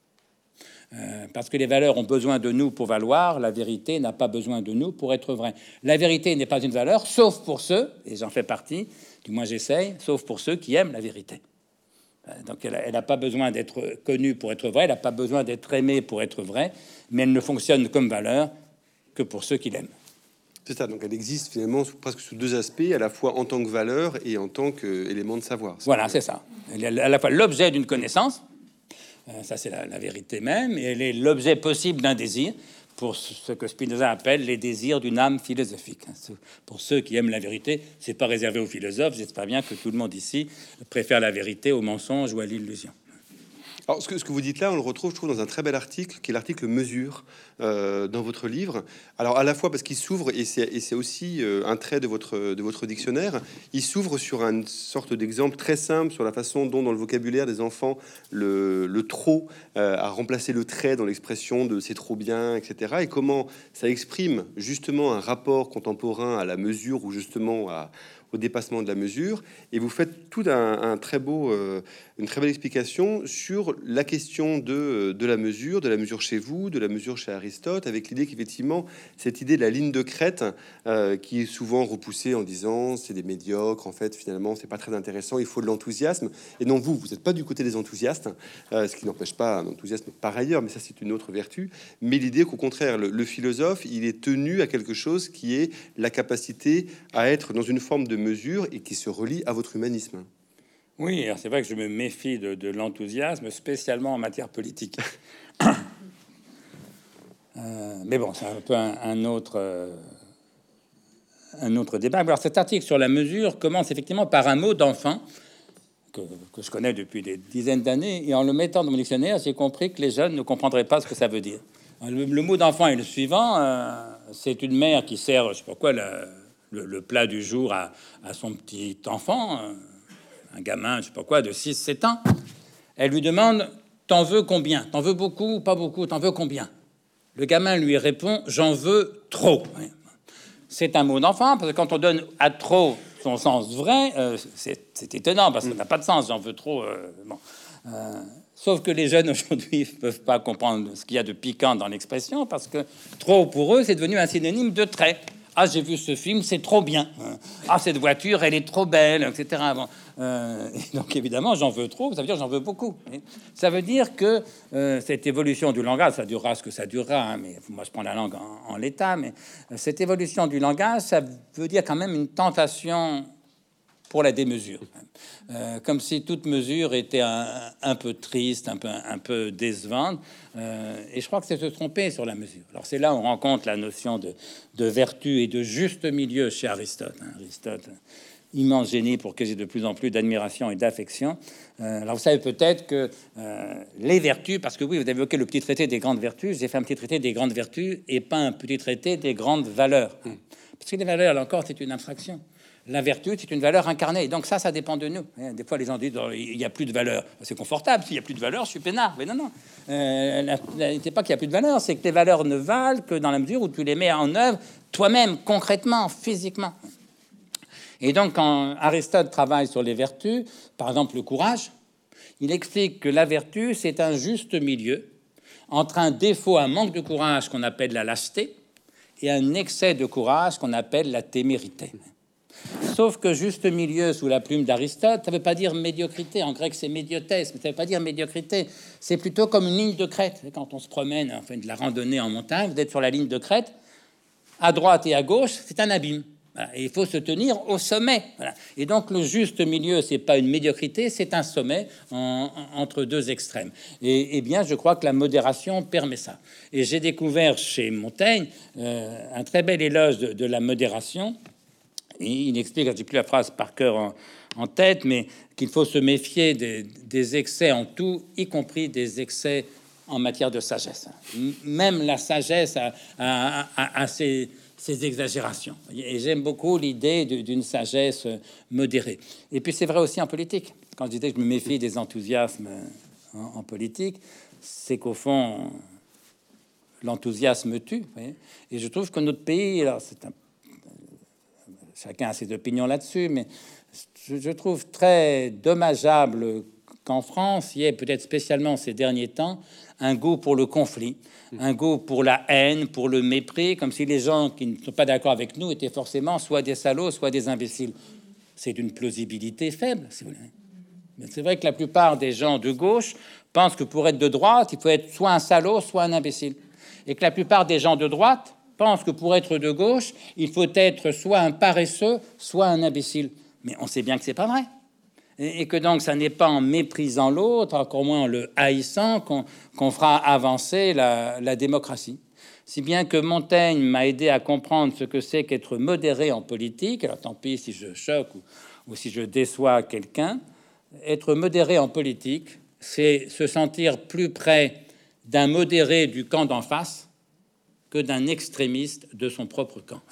Parce que les valeurs ont besoin de nous pour valoir, la vérité n'a pas besoin de nous pour être vraie. La vérité n'est pas une valeur, sauf pour ceux, et j'en fais partie, du moins j'essaye, sauf pour ceux qui aiment la vérité. Donc elle n'a pas besoin d'être connue pour être vraie, elle n'a pas besoin d'être aimée pour être vraie, mais elle ne fonctionne comme valeur que pour ceux qui l'aiment. C'est ça, donc elle existe finalement presque sous deux aspects, à la fois en tant que valeur et en tant qu'élément de savoir. Voilà, c'est ça. Elle est à la fois l'objet d'une connaissance, ça c'est la vérité même, et elle est l'objet possible d'un désir, pour ce que Spinoza appelle les désirs d'une âme philosophique. Pour ceux qui aiment la vérité, c'est pas réservé aux philosophes, j'espère bien que tout le monde ici préfère la vérité au mensonge ou à l'illusion. Alors, ce que vous dites là, on le retrouve, je trouve, dans un très bel article, qui est l'article Mesure, dans votre livre. Alors, à la fois parce qu'il s'ouvre, et c'est aussi un trait de votre dictionnaire, il s'ouvre sur une sorte d'exemple très simple sur la façon dont, dans le vocabulaire des enfants, le trop a remplacé le trait dans l'expression de c'est trop bien, etc. Et comment ça exprime justement un rapport contemporain à la mesure, ou justement au dépassement de la mesure, et vous faites tout une très belle explication sur la question de la mesure chez vous, de la mesure chez Aristote, avec l'idée qu'effectivement, cette idée de la ligne de crête, qui est souvent repoussée en disant c'est des médiocres, en fait, finalement, c'est pas très intéressant, il faut de l'enthousiasme. Et non, vous n'êtes pas du côté des enthousiastes, ce qui n'empêche pas un enthousiasme par ailleurs, mais ça, c'est une autre vertu. Mais l'idée qu'au contraire, le philosophe, il est tenu à quelque chose qui est la capacité à être dans une forme de mesure et qui se relie à votre humanisme. Oui, alors c'est vrai que je me méfie de l'enthousiasme, spécialement en matière politique. Mais bon, c'est un peu un autre débat. Alors cet article sur la mesure commence effectivement par un mot d'enfant que je connais depuis des dizaines d'années, et en le mettant dans mon dictionnaire, j'ai compris que les jeunes ne comprendraient pas ce que ça veut dire. Le mot d'enfant est le suivant, c'est une mère qui sert, je sais pas quoi, le plat du jour à son petit enfant, un gamin, je sais pas quoi, de 6-7 ans. Elle lui demande « T'en veux combien? T'en veux beaucoup ou pas beaucoup? T'en veux combien ?» Le gamin lui répond « J'en veux trop. » C'est un mot d'enfant, parce que quand on donne à trop son sens vrai, c'est étonnant, parce que ça n'a pas de sens, j'en veux trop. Sauf que les jeunes aujourd'hui ne peuvent pas comprendre ce qu'il y a de piquant dans l'expression, parce que trop pour eux, c'est devenu un synonyme de très. Ah, j'ai vu ce film, c'est trop bien. Ah, cette voiture, elle est trop belle, etc. Bon, donc évidemment, j'en veux trop, ça veut dire j'en veux beaucoup. Ça veut dire que cette évolution du langage, ça durera ce que ça durera, hein, mais moi je prends la langue en l'état, mais cette évolution du langage, ça veut dire quand même une tentation pour la démesure, comme si toute mesure était un peu triste, un peu décevante, et je crois que c'est se tromper sur la mesure. Alors c'est là où on rencontre la notion de vertu et de juste milieu chez Aristote. Aristote, immense génie pour que j'ai de plus en plus d'admiration et d'affection. Alors vous savez peut-être que les vertus, parce que oui, vous avez évoqué le petit traité des grandes vertus, j'ai fait un petit traité des grandes vertus et pas un petit traité des grandes valeurs, parce que les valeurs, là encore, c'est une abstraction. La vertu, c'est une valeur incarnée. Donc ça dépend de nous. Des fois, les gens disent il n'y a plus de valeur. C'est confortable. S'il n'y a plus de valeur, je suis peinard. Mais non. C'est pas qu'il n'y a plus de valeur, c'est que les valeurs ne valent que dans la mesure où tu les mets en œuvre toi-même, concrètement, physiquement. Et donc, quand Aristote travaille sur les vertus, par exemple le courage, il explique que la vertu, c'est un juste milieu entre un défaut, un manque de courage qu'on appelle la lâcheté, et un excès de courage qu'on appelle la témérité. Sauf que juste milieu sous la plume d'Aristote, ça ne veut pas dire médiocrité. En grec, c'est médiotès, mais ça ne veut pas dire médiocrité. C'est plutôt comme une ligne de crête. Quand on se promène, enfin de la randonnée en montagne, vous êtes sur la ligne de crête, à droite et à gauche, c'est un abîme. Voilà. Et il faut se tenir au sommet. Voilà. Et donc le juste milieu, c'est pas une médiocrité, c'est un sommet entre deux extrêmes. Et bien, je crois que la modération permet ça. Et j'ai découvert chez Montaigne un très bel éloge de la modération. Et il explique, je n'ai plus la phrase par cœur en tête, mais qu'il faut se méfier des excès en tout, y compris des excès en matière de sagesse. Même la sagesse a ses exagérations. Et j'aime beaucoup l'idée d'une sagesse modérée. Et puis c'est vrai aussi en politique. Quand je disais que je me méfie des enthousiasmes en politique, c'est qu'au fond, l'enthousiasme tue. Et je trouve que notre pays, alors chacun a ses opinions là-dessus, mais je trouve très dommageable qu'en France, il y ait peut-être spécialement ces derniers temps un goût pour le conflit, un goût pour la haine, pour le mépris, comme si les gens qui ne sont pas d'accord avec nous étaient forcément soit des salauds, soit des imbéciles. C'est d'une plausibilité faible, si vous voulez. Mais c'est vrai que la plupart des gens de gauche pensent que pour être de droite, il faut être soit un salaud, soit un imbécile. Et que la plupart des gens de droite pensent que pour être de gauche, il faut être soit un paresseux, soit un imbécile. Mais on sait bien que c'est pas vrai. Et que donc, ça n'est pas en méprisant l'autre, encore moins en le haïssant, qu'on fera avancer la démocratie. Si bien que Montaigne m'a aidé à comprendre ce que c'est qu'être modéré en politique. Alors tant pis si je choque ou si je déçois quelqu'un. Être modéré en politique, c'est se sentir plus près d'un modéré du camp d'en face que d'un extrémiste de son propre camp.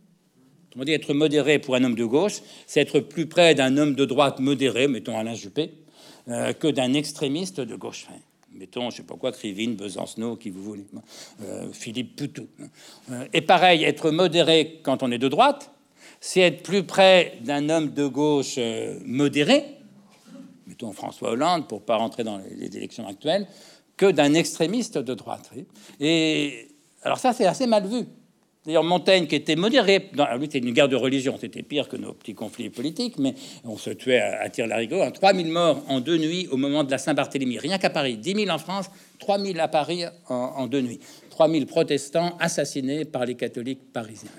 On dit être modéré pour un homme de gauche, c'est être plus près d'un homme de droite modéré, mettons Alain Juppé, que d'un extrémiste de gauche. Mettons, je sais pas quoi, Krivine, Besancenot, qui vous voulez, Philippe Poutou. Et pareil, être modéré quand on est de droite, c'est être plus près d'un homme de gauche modéré, mettons François Hollande, pour pas rentrer dans les élections actuelles, que d'un extrémiste de droite. Et alors ça, c'est assez mal vu. D'ailleurs, Montaigne, qui était modéré, lui, c'était une guerre de religion, c'était pire que nos petits conflits politiques, mais on se tuait à tire-larigot. 3000 morts en 2 nuits au moment de la Saint-Barthélemy, rien qu'à Paris. 10 000 en France, 3000 à Paris en 2 nuits. 3000 protestants assassinés par les catholiques parisiens.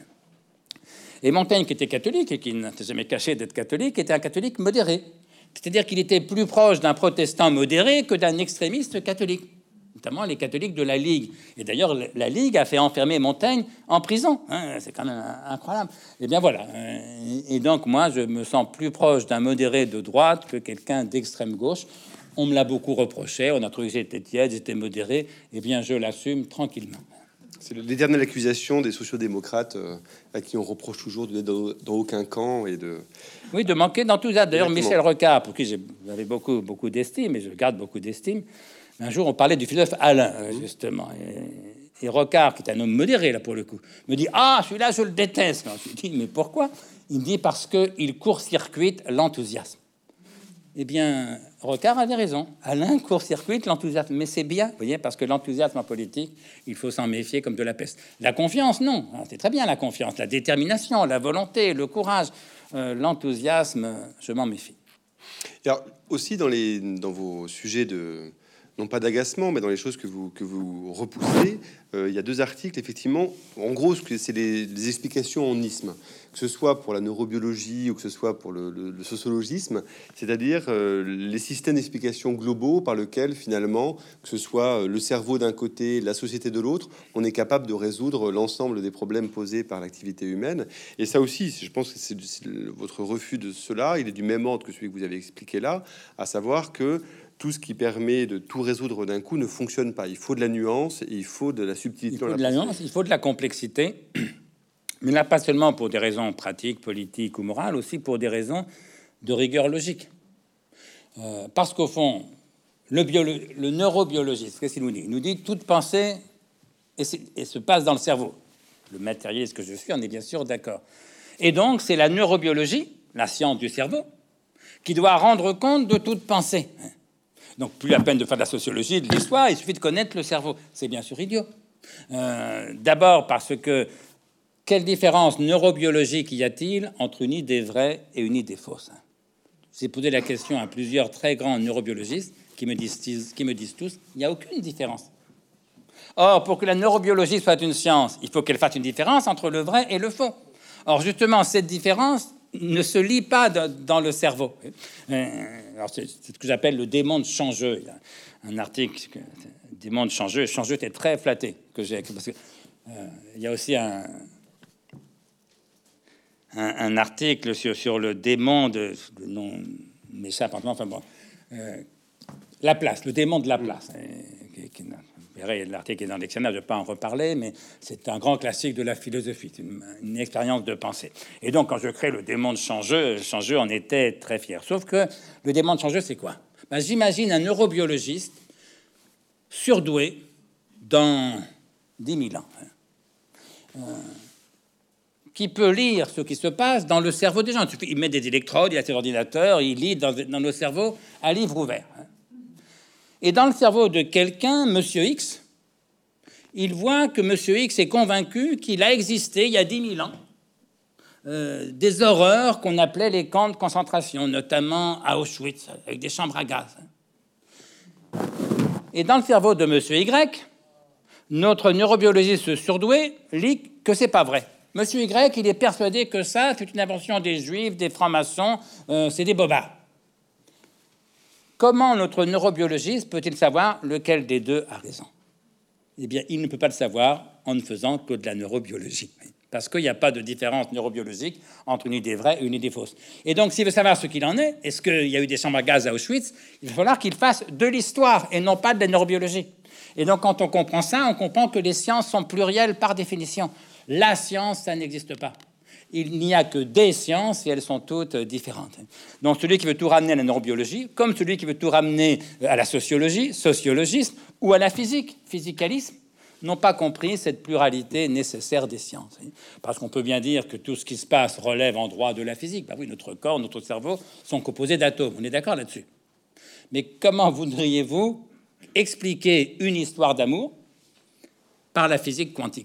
Et Montaigne, qui était catholique et qui n'était jamais caché d'être catholique, était un catholique modéré. C'est-à-dire qu'il était plus proche d'un protestant modéré que d'un extrémiste catholique, notamment les catholiques de la Ligue. Et d'ailleurs, la Ligue a fait enfermer Montaigne en prison. C'est quand même incroyable. Et bien voilà. Et donc, moi, je me sens plus proche d'un modéré de droite que quelqu'un d'extrême gauche. On me l'a beaucoup reproché. On a trouvé que j'étais tiède, j'étais modéré. Eh bien, je l'assume tranquillement. C'est l'éternelle accusation des sociodémocrates à qui on reproche toujours de n'être dans aucun camp et de... Oui, de manquer d'enthousiasme. D'ailleurs, Michel Rocard, pour qui j'avais beaucoup d'estime, et je garde beaucoup d'estime, un jour, on parlait du philosophe Alain, justement. Et Rocard, qui est un homme modéré, là, pour le coup, me dit « Ah, celui-là, je le déteste !» Je lui dis « Mais pourquoi ?» Il me dit « Parce qu'il court-circuite l'enthousiasme. » Eh bien, Rocard avait raison. Alain court-circuite l'enthousiasme. Mais c'est bien, vous voyez, parce que l'enthousiasme en politique, il faut s'en méfier comme de la peste. La confiance, non. C'est très bien, la confiance. La détermination, la volonté, le courage. L'enthousiasme, je m'en méfie. Alors, aussi, dans vos sujets de... non pas d'agacement, mais dans les choses que vous repoussez, il y a 2 articles, effectivement. En gros, c'est des explications en isme, que ce soit pour la neurobiologie ou que ce soit pour le sociologisme, c'est-à-dire les systèmes d'explication globaux par lesquels, finalement, que ce soit le cerveau d'un côté, la société de l'autre, on est capable de résoudre l'ensemble des problèmes posés par l'activité humaine. Et ça aussi, je pense que c'est votre refus de cela, il est du même ordre que celui que vous avez expliqué là, à savoir que tout ce qui permet de tout résoudre d'un coup ne fonctionne pas. Il faut de la nuance et il faut de la subtilité. Il faut de la nuance, il faut de la complexité. Mais là, pas seulement pour des raisons pratiques, politiques ou morales, aussi pour des raisons de rigueur logique. Parce qu'au fond, le neurobiologiste, qu'est-ce qu'il nous dit? Il nous dit toute pensée et se passe dans le cerveau. Le matérialiste que je suis, on est bien sûr d'accord. Et donc, c'est la neurobiologie, la science du cerveau, qui doit rendre compte de toute pensée. Donc, plus la peine de faire de la sociologie, de l'histoire, il suffit de connaître le cerveau. C'est bien sûr idiot. D'abord parce que quelle différence neurobiologique y a-t-il entre une idée vraie et une idée fausse? J'ai posé la question à plusieurs très grands neurobiologistes qui me disent tous il n'y a aucune différence. Or, pour que la neurobiologie soit une science, il faut qu'elle fasse une différence entre le vrai et le faux. Or, justement, cette différence ne se lit pas dans le cerveau. Alors, c'est ce que j'appelle le démon de Changeux. Il y a un article, démon de Changeux. Changeux était très flatté que j'ai, parce que il y a aussi un article sur le démon de... Le nom m'échappe maintenant, enfin bon... Laplace, le démon de Laplace. Vous verrez, l'article est dans le dictionnaire, je ne vais pas en reparler, mais c'est un grand classique de la philosophie, c'est une expérience de pensée. Et donc, quand je crée le démon de Changeux en était très fier. Sauf que le démon de Changeux, c'est quoi? Ben, j'imagine un neurobiologiste surdoué dans 10 000 ans, qui peut lire ce qui se passe dans le cerveau des gens. Il met des électrodes, il a ses ordinateurs, il lit dans nos cerveaux à livre ouvert. Et dans le cerveau de quelqu'un, Monsieur X, il voit que Monsieur X est convaincu qu'il a existé il y a 10 000 ans des horreurs qu'on appelait les camps de concentration, notamment à Auschwitz, avec des chambres à gaz. Et dans le cerveau de Monsieur Y, notre neurobiologiste surdoué lit que c'est pas vrai. Monsieur Y, il est persuadé que ça, c'est une invention des Juifs, des francs-maçons, c'est des bobards. Comment notre neurobiologiste peut-il savoir lequel des deux a raison? Eh bien, il ne peut pas le savoir en ne faisant que de la neurobiologie. Parce qu'il n'y a pas de différence neurobiologique entre une idée vraie et une idée fausse. Et donc, s'il veut savoir ce qu'il en est-ce qu'il y a eu des chambres à gaz à Auschwitz, il va falloir qu'il fasse de l'histoire et non pas de la neurobiologie. Et donc, quand on comprend ça, on comprend que les sciences sont plurielles par définition. La science, ça n'existe pas. Il n'y a que des sciences et elles sont toutes différentes. Donc celui qui veut tout ramener à la neurobiologie, comme celui qui veut tout ramener à la sociologie, sociologisme, ou à la physique, physicalisme, n'ont pas compris cette pluralité nécessaire des sciences. Parce qu'on peut bien dire que tout ce qui se passe relève en droit de la physique. Ben oui, notre corps, notre cerveau sont composés d'atomes. On est d'accord là-dessus. Mais comment voudriez-vous expliquer une histoire d'amour par la physique quantique?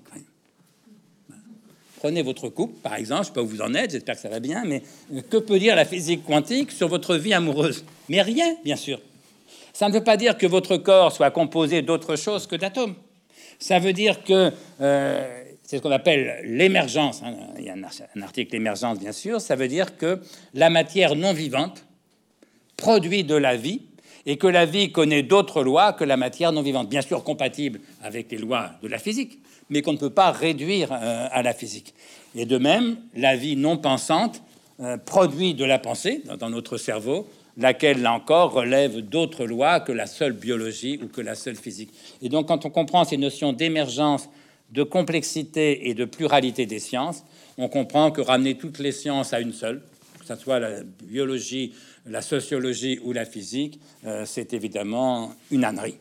Prenez votre couple, par exemple, je ne sais pas où vous en êtes, j'espère que ça va bien, mais que peut dire la physique quantique sur votre vie amoureuse? Mais rien, bien sûr. Ça ne veut pas dire que votre corps soit composé d'autre chose que d'atomes. Ça veut dire que c'est ce qu'on appelle l'émergence. Il y a un article émergence, bien sûr. Ça veut dire que la matière non vivante produit de la vie et que la vie connaît d'autres lois que la matière non vivante, bien sûr compatibles avec les lois de la physique, mais qu'on ne peut pas réduire à la physique. Et de même, la vie non pensante produit de la pensée dans notre cerveau, laquelle, là encore, relève d'autres lois que la seule biologie ou que la seule physique. Et donc, quand on comprend ces notions d'émergence, de complexité et de pluralité des sciences, on comprend que ramener toutes les sciences à une seule, que ce soit la biologie, la sociologie ou la physique, c'est évidemment une ânerie.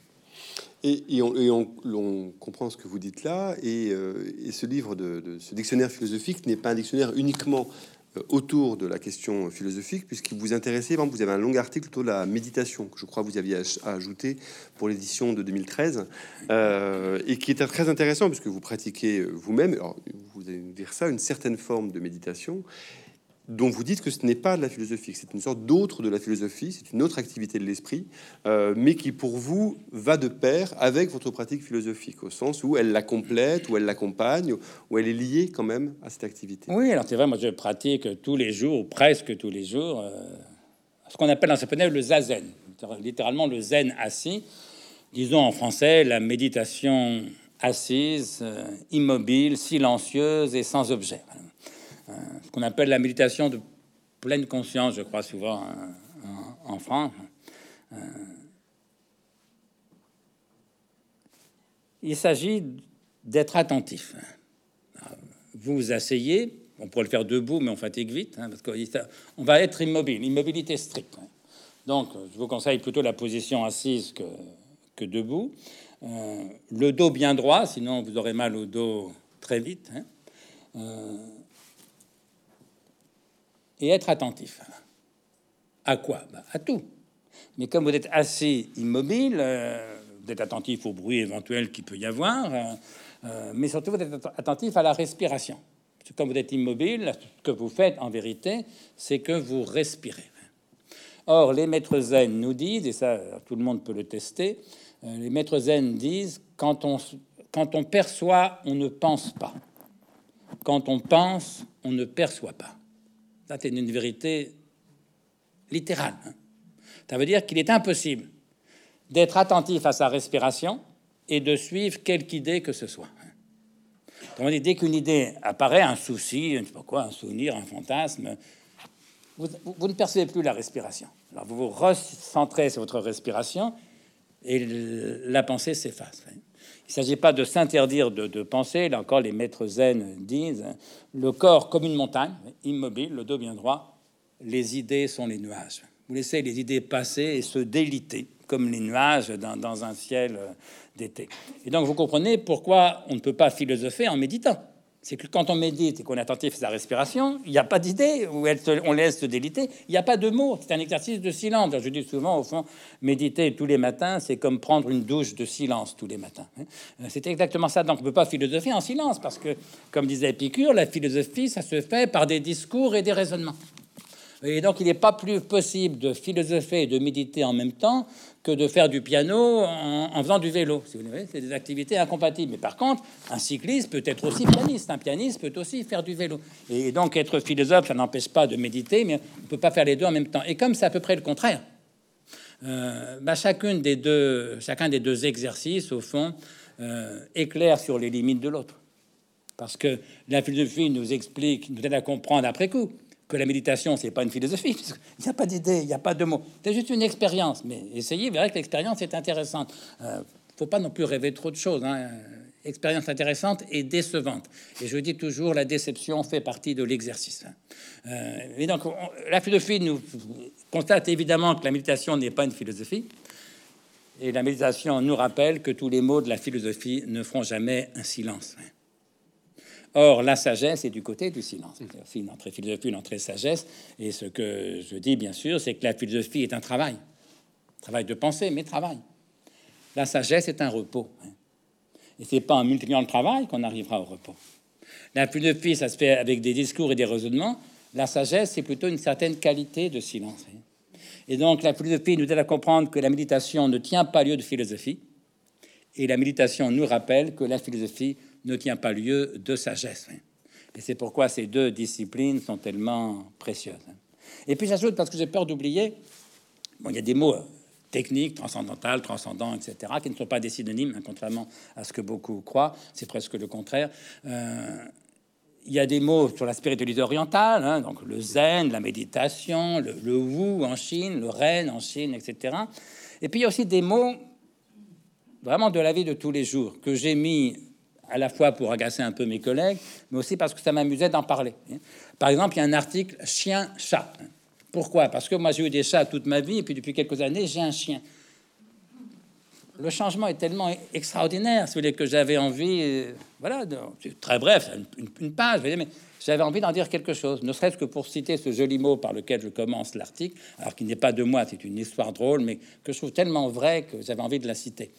Et on comprend ce que vous dites là, et ce livre, ce dictionnaire philosophique n'est pas un dictionnaire uniquement autour de la question philosophique, puisqu'il vous intéressait, vous avez un long article autour de la méditation, que je crois vous aviez ajouté pour l'édition de 2013, et qui était très intéressant, puisque vous pratiquez vous-même, alors vous allez dire ça, une certaine forme de méditation, dont vous dites que ce n'est pas de la philosophie, c'est une sorte d'autre de la philosophie, c'est une autre activité de l'esprit, mais qui pour vous va de pair avec votre pratique philosophique, au sens où elle la complète, où elle l'accompagne, où elle est liée quand même à cette activité. Oui, alors c'est vrai, moi je pratique tous les jours, ou presque tous les jours, ce qu'on appelle en japonais le zazen, littéralement le zen assis, disons en français la méditation assise, immobile, silencieuse et sans objet. Ce qu'on appelle la méditation de pleine conscience, je crois souvent en France. Il s'agit d'être attentif. Vous vous asseyez, on pourrait le faire debout, mais on fatigue vite, parce qu'on va être immobile, immobilité stricte. Donc, je vous conseille plutôt la position assise que debout. Le dos bien droit, sinon vous aurez mal au dos très vite. Et être attentif. À quoi? À tout. Mais comme vous êtes assis immobile, vous êtes attentif au bruit éventuel qu'il peut y avoir, mais surtout vous êtes attentif à la respiration. Parce que comme vous êtes immobile, ce que vous faites en vérité, c'est que vous respirez. Or, les maîtres zen nous disent, et ça tout le monde peut le tester, les maîtres zen disent, quand on perçoit, on ne pense pas. Quand on pense, on ne perçoit pas. Ça, c'est une vérité littérale. Ça veut dire qu'il est impossible d'être attentif à sa respiration et de suivre quelque idée que ce soit. Comment dire, dès qu'une idée apparaît, un souci, je ne sais pas quoi, un souvenir, un fantasme, vous ne percevez plus la respiration. Alors vous vous recentrez sur votre respiration et la pensée s'efface. Il ne s'agit pas de s'interdire de penser. Là encore, les maîtres zen disent le corps comme une montagne, immobile, le dos bien droit. Les idées sont les nuages. Vous laissez les idées passer et se déliter comme les nuages dans un ciel d'été. Et donc, vous comprenez pourquoi on ne peut pas philosopher en méditant. C'est que quand on médite et qu'on est attentif à sa respiration, il n'y a pas d'idée où on laisse se déliter. Il n'y a pas de mots. C'est un exercice de silence. Je dis souvent, au fond, méditer tous les matins, c'est comme prendre une douche de silence tous les matins. C'est exactement ça. Donc, on ne peut pas philosopher en silence parce que, comme disait Épicure, la philosophie, ça se fait par des discours et des raisonnements. Et donc, il n'est pas plus possible de philosopher et de méditer en même temps que de faire du piano en faisant du vélo. Si vous voulez, c'est des activités incompatibles. Mais par contre, un cycliste peut être aussi pianiste. Un pianiste peut aussi faire du vélo. Et donc, être philosophe, ça n'empêche pas de méditer, mais on ne peut pas faire les deux en même temps. Et comme c'est à peu près le contraire, chacun des deux exercices, au fond, éclaire sur les limites de l'autre. Parce que la philosophie nous explique, nous aide à comprendre après coup, que la méditation, c'est pas une philosophie. Il n'y a pas d'idée, il n'y a pas de mots. C'est juste une expérience. Mais essayez, vous verrez que l'expérience est intéressante. Faut pas non plus rêver trop de choses. Expérience intéressante et décevante. Et je dis toujours, la déception fait partie de l'exercice. Et donc, la philosophie nous constate évidemment que la méditation n'est pas une philosophie. Et la méditation nous rappelle que tous les mots de la philosophie ne feront jamais un silence. Or, la sagesse est du côté du silence. C'est une entrée philosophie, une entrée sagesse. Et ce que je dis, bien sûr, c'est que la philosophie est un travail de pensée, mais travail. La sagesse est un repos. Et c'est pas en multipliant le travail qu'on arrivera au repos. La philosophie, ça se fait avec des discours et des raisonnements. La sagesse, c'est plutôt une certaine qualité de silence. Et donc, la philosophie nous aide à comprendre que la méditation ne tient pas lieu de philosophie. Et la méditation nous rappelle que la philosophie ne tient pas lieu de sagesse. Et c'est pourquoi ces deux disciplines sont tellement précieuses. Et puis j'ajoute, parce que j'ai peur d'oublier, il y a des mots techniques, transcendantal, transcendant, etc., qui ne sont pas des synonymes, contrairement à ce que beaucoup croient. C'est presque le contraire. Il y a des mots sur la spiritualité orientale, donc le zen, la méditation, le wu en Chine, le ren en Chine, etc. Et puis il y a aussi des mots vraiment de la vie de tous les jours que j'ai mis à la fois pour agacer un peu mes collègues, mais aussi parce que ça m'amusait d'en parler. Par exemple, il y a un article chien-chat. Pourquoi? Parce que moi, j'ai eu des chats toute ma vie, et puis depuis quelques années, j'ai un chien. Le changement est tellement extraordinaire, celui que j'avais envie, c'est très bref, une page, mais j'avais envie d'en dire quelque chose, ne serait-ce que pour citer ce joli mot par lequel je commence l'article, alors qu'il n'est pas de moi, c'est une histoire drôle, mais que je trouve tellement vrai que j'avais envie de la citer.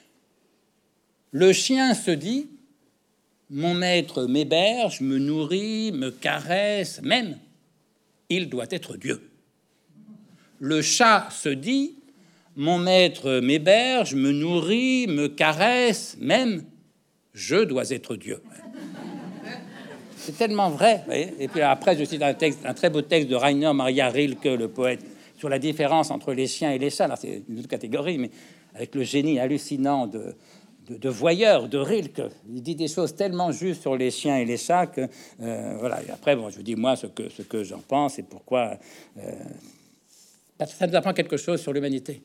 Le chien se dit: mon maître m'héberge, me nourrit, me caresse, même, il doit être Dieu. Le chat se dit: mon maître m'héberge, me nourrit, me caresse, même, je dois être Dieu. C'est tellement vrai. Vous voyez. Et puis après, je cite un très beau texte de Rainer Maria Rilke, le poète, sur la différence entre les chiens et les chats. Là, c'est une autre catégorie, mais avec le génie hallucinant de voyeur de Rilke. Il dit des choses tellement justes sur les chiens et les chats que voilà. Et après, je dis moi ce que j'en pense et pourquoi. Ça nous apprend quelque chose sur l'humanité.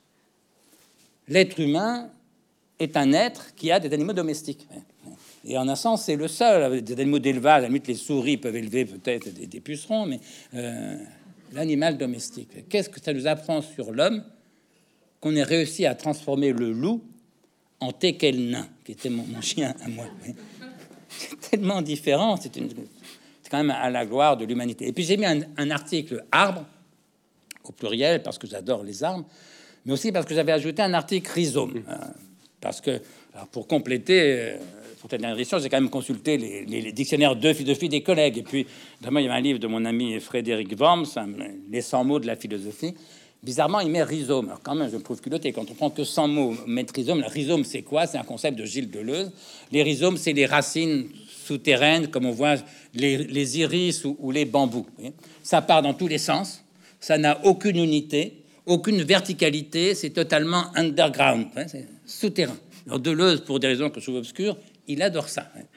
L'être humain est un être qui a des animaux domestiques. Et en un sens, c'est le seul. Des animaux d'élevage, à la limite, les souris peuvent élever peut-être des pucerons, mais l'animal domestique. Qu'est-ce que ça nous apprend sur l'homme? Qu'on ait réussi à transformer le loup en teckel nain, qui était mon chien à moi. C'est tellement différent, c'est quand même à la gloire de l'humanité. Et puis j'ai mis un article arbre, au pluriel, parce que j'adore les arbres, mais aussi parce que j'avais ajouté un article rhizome. Parce que, alors pour compléter, pour cette dernière édition, j'ai quand même consulté les dictionnaires de philosophie des collègues. Et puis, notamment, il y avait un livre de mon ami Frédéric Worms, Les 100 mots de la philosophie. Bizarrement, il met rhizome. Alors quand même, je me trouve culotté. Quand on prend que 100 mots, mettre rhizome, le rhizome, c'est quoi? C'est un concept de Gilles Deleuze. Les rhizomes, c'est les racines souterraines, comme on voit les iris ou les bambous. Ça part dans tous les sens. Ça n'a aucune unité, aucune verticalité. C'est totalement underground, c'est souterrain. Alors Deleuze, pour des raisons que je trouve obscures, il adore ça.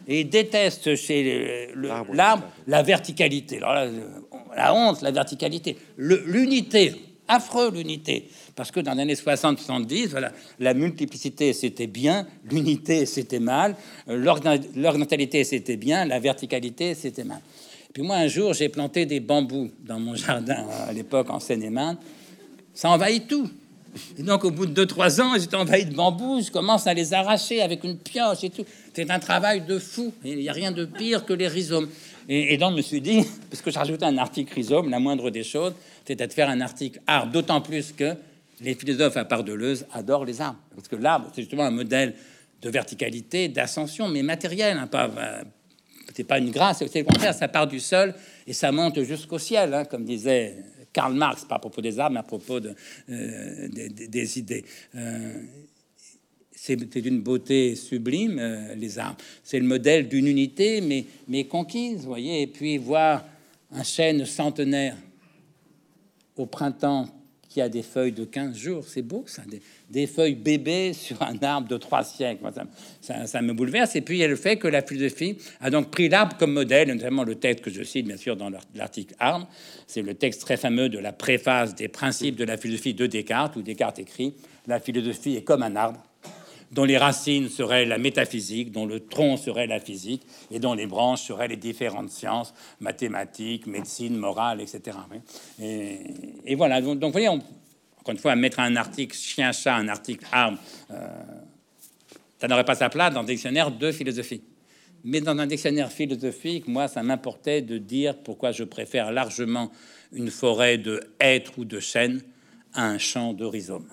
et il déteste chez l'arbre la verticalité. Alors là, la honte, la verticalité, l'unité, affreux l'unité. Parce que dans les années 60-70, voilà, la multiplicité c'était bien, l'unité c'était mal, l'horizontalité c'était bien, la verticalité c'était mal. Puis moi un jour j'ai planté des bambous dans mon jardin à l'époque en Seine-et-Marne, ça envahit tout. Et donc au bout de 2-3 ans, j'étais envahi de bambous, je commence à les arracher avec une pioche et tout. C'est un travail de fou, il n'y a rien de pire que les rhizomes. Et donc je me suis dit, parce que j'ai rajouté un article rhizome, la moindre des choses, c'était de faire un article arbre, d'autant plus que les philosophes à part Deleuze adorent les arbres. Parce que l'arbre, c'est justement un modèle de verticalité, d'ascension, mais matériel, hein, c'est pas une grâce, c'est le contraire, ça part du sol et ça monte jusqu'au ciel, hein, comme disait Karl Marx, pas à propos des arbres, mais à propos des idées. C'est d'une beauté sublime, les arbres. C'est le modèle d'une unité, mais conquise, vous voyez. Et puis voir un chêne centenaire au printemps qui a des feuilles de 15 jours, c'est beau, ça. Des feuilles bébés sur un arbre de 3 siècles. Moi, ça me bouleverse. Et puis, il y a le fait que la philosophie a donc pris l'arbre comme modèle, notamment le texte que je cite, bien sûr, dans l'article Arbre. C'est le texte très fameux de la préface des principes de la philosophie de Descartes, où Descartes écrit « La philosophie est comme un arbre, dont les racines seraient la métaphysique, dont le tronc serait la physique, et dont les branches seraient les différentes sciences, mathématiques, médecine, morale, etc. » Et voilà, donc vous voyez, encore une fois, mettre un article chien-chat, un article arbre, ça n'aurait pas sa place dans le dictionnaire de philosophie. Mais dans un dictionnaire philosophique, moi, ça m'importait de dire pourquoi je préfère largement une forêt de hêtres ou de chênes à un champ de rhizomes.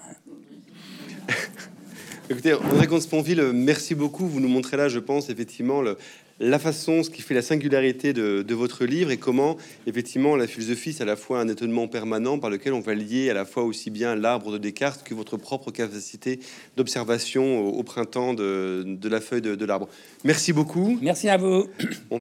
Écoutez, André Comte-Sponville, merci beaucoup. Vous nous montrez là, je pense, effectivement, la façon, ce qui fait la singularité de votre livre et comment, effectivement, la philosophie, c'est à la fois un étonnement permanent par lequel on va lier à la fois aussi bien l'arbre de Descartes que votre propre capacité d'observation au printemps de la feuille de l'arbre. Merci beaucoup. Merci à vous.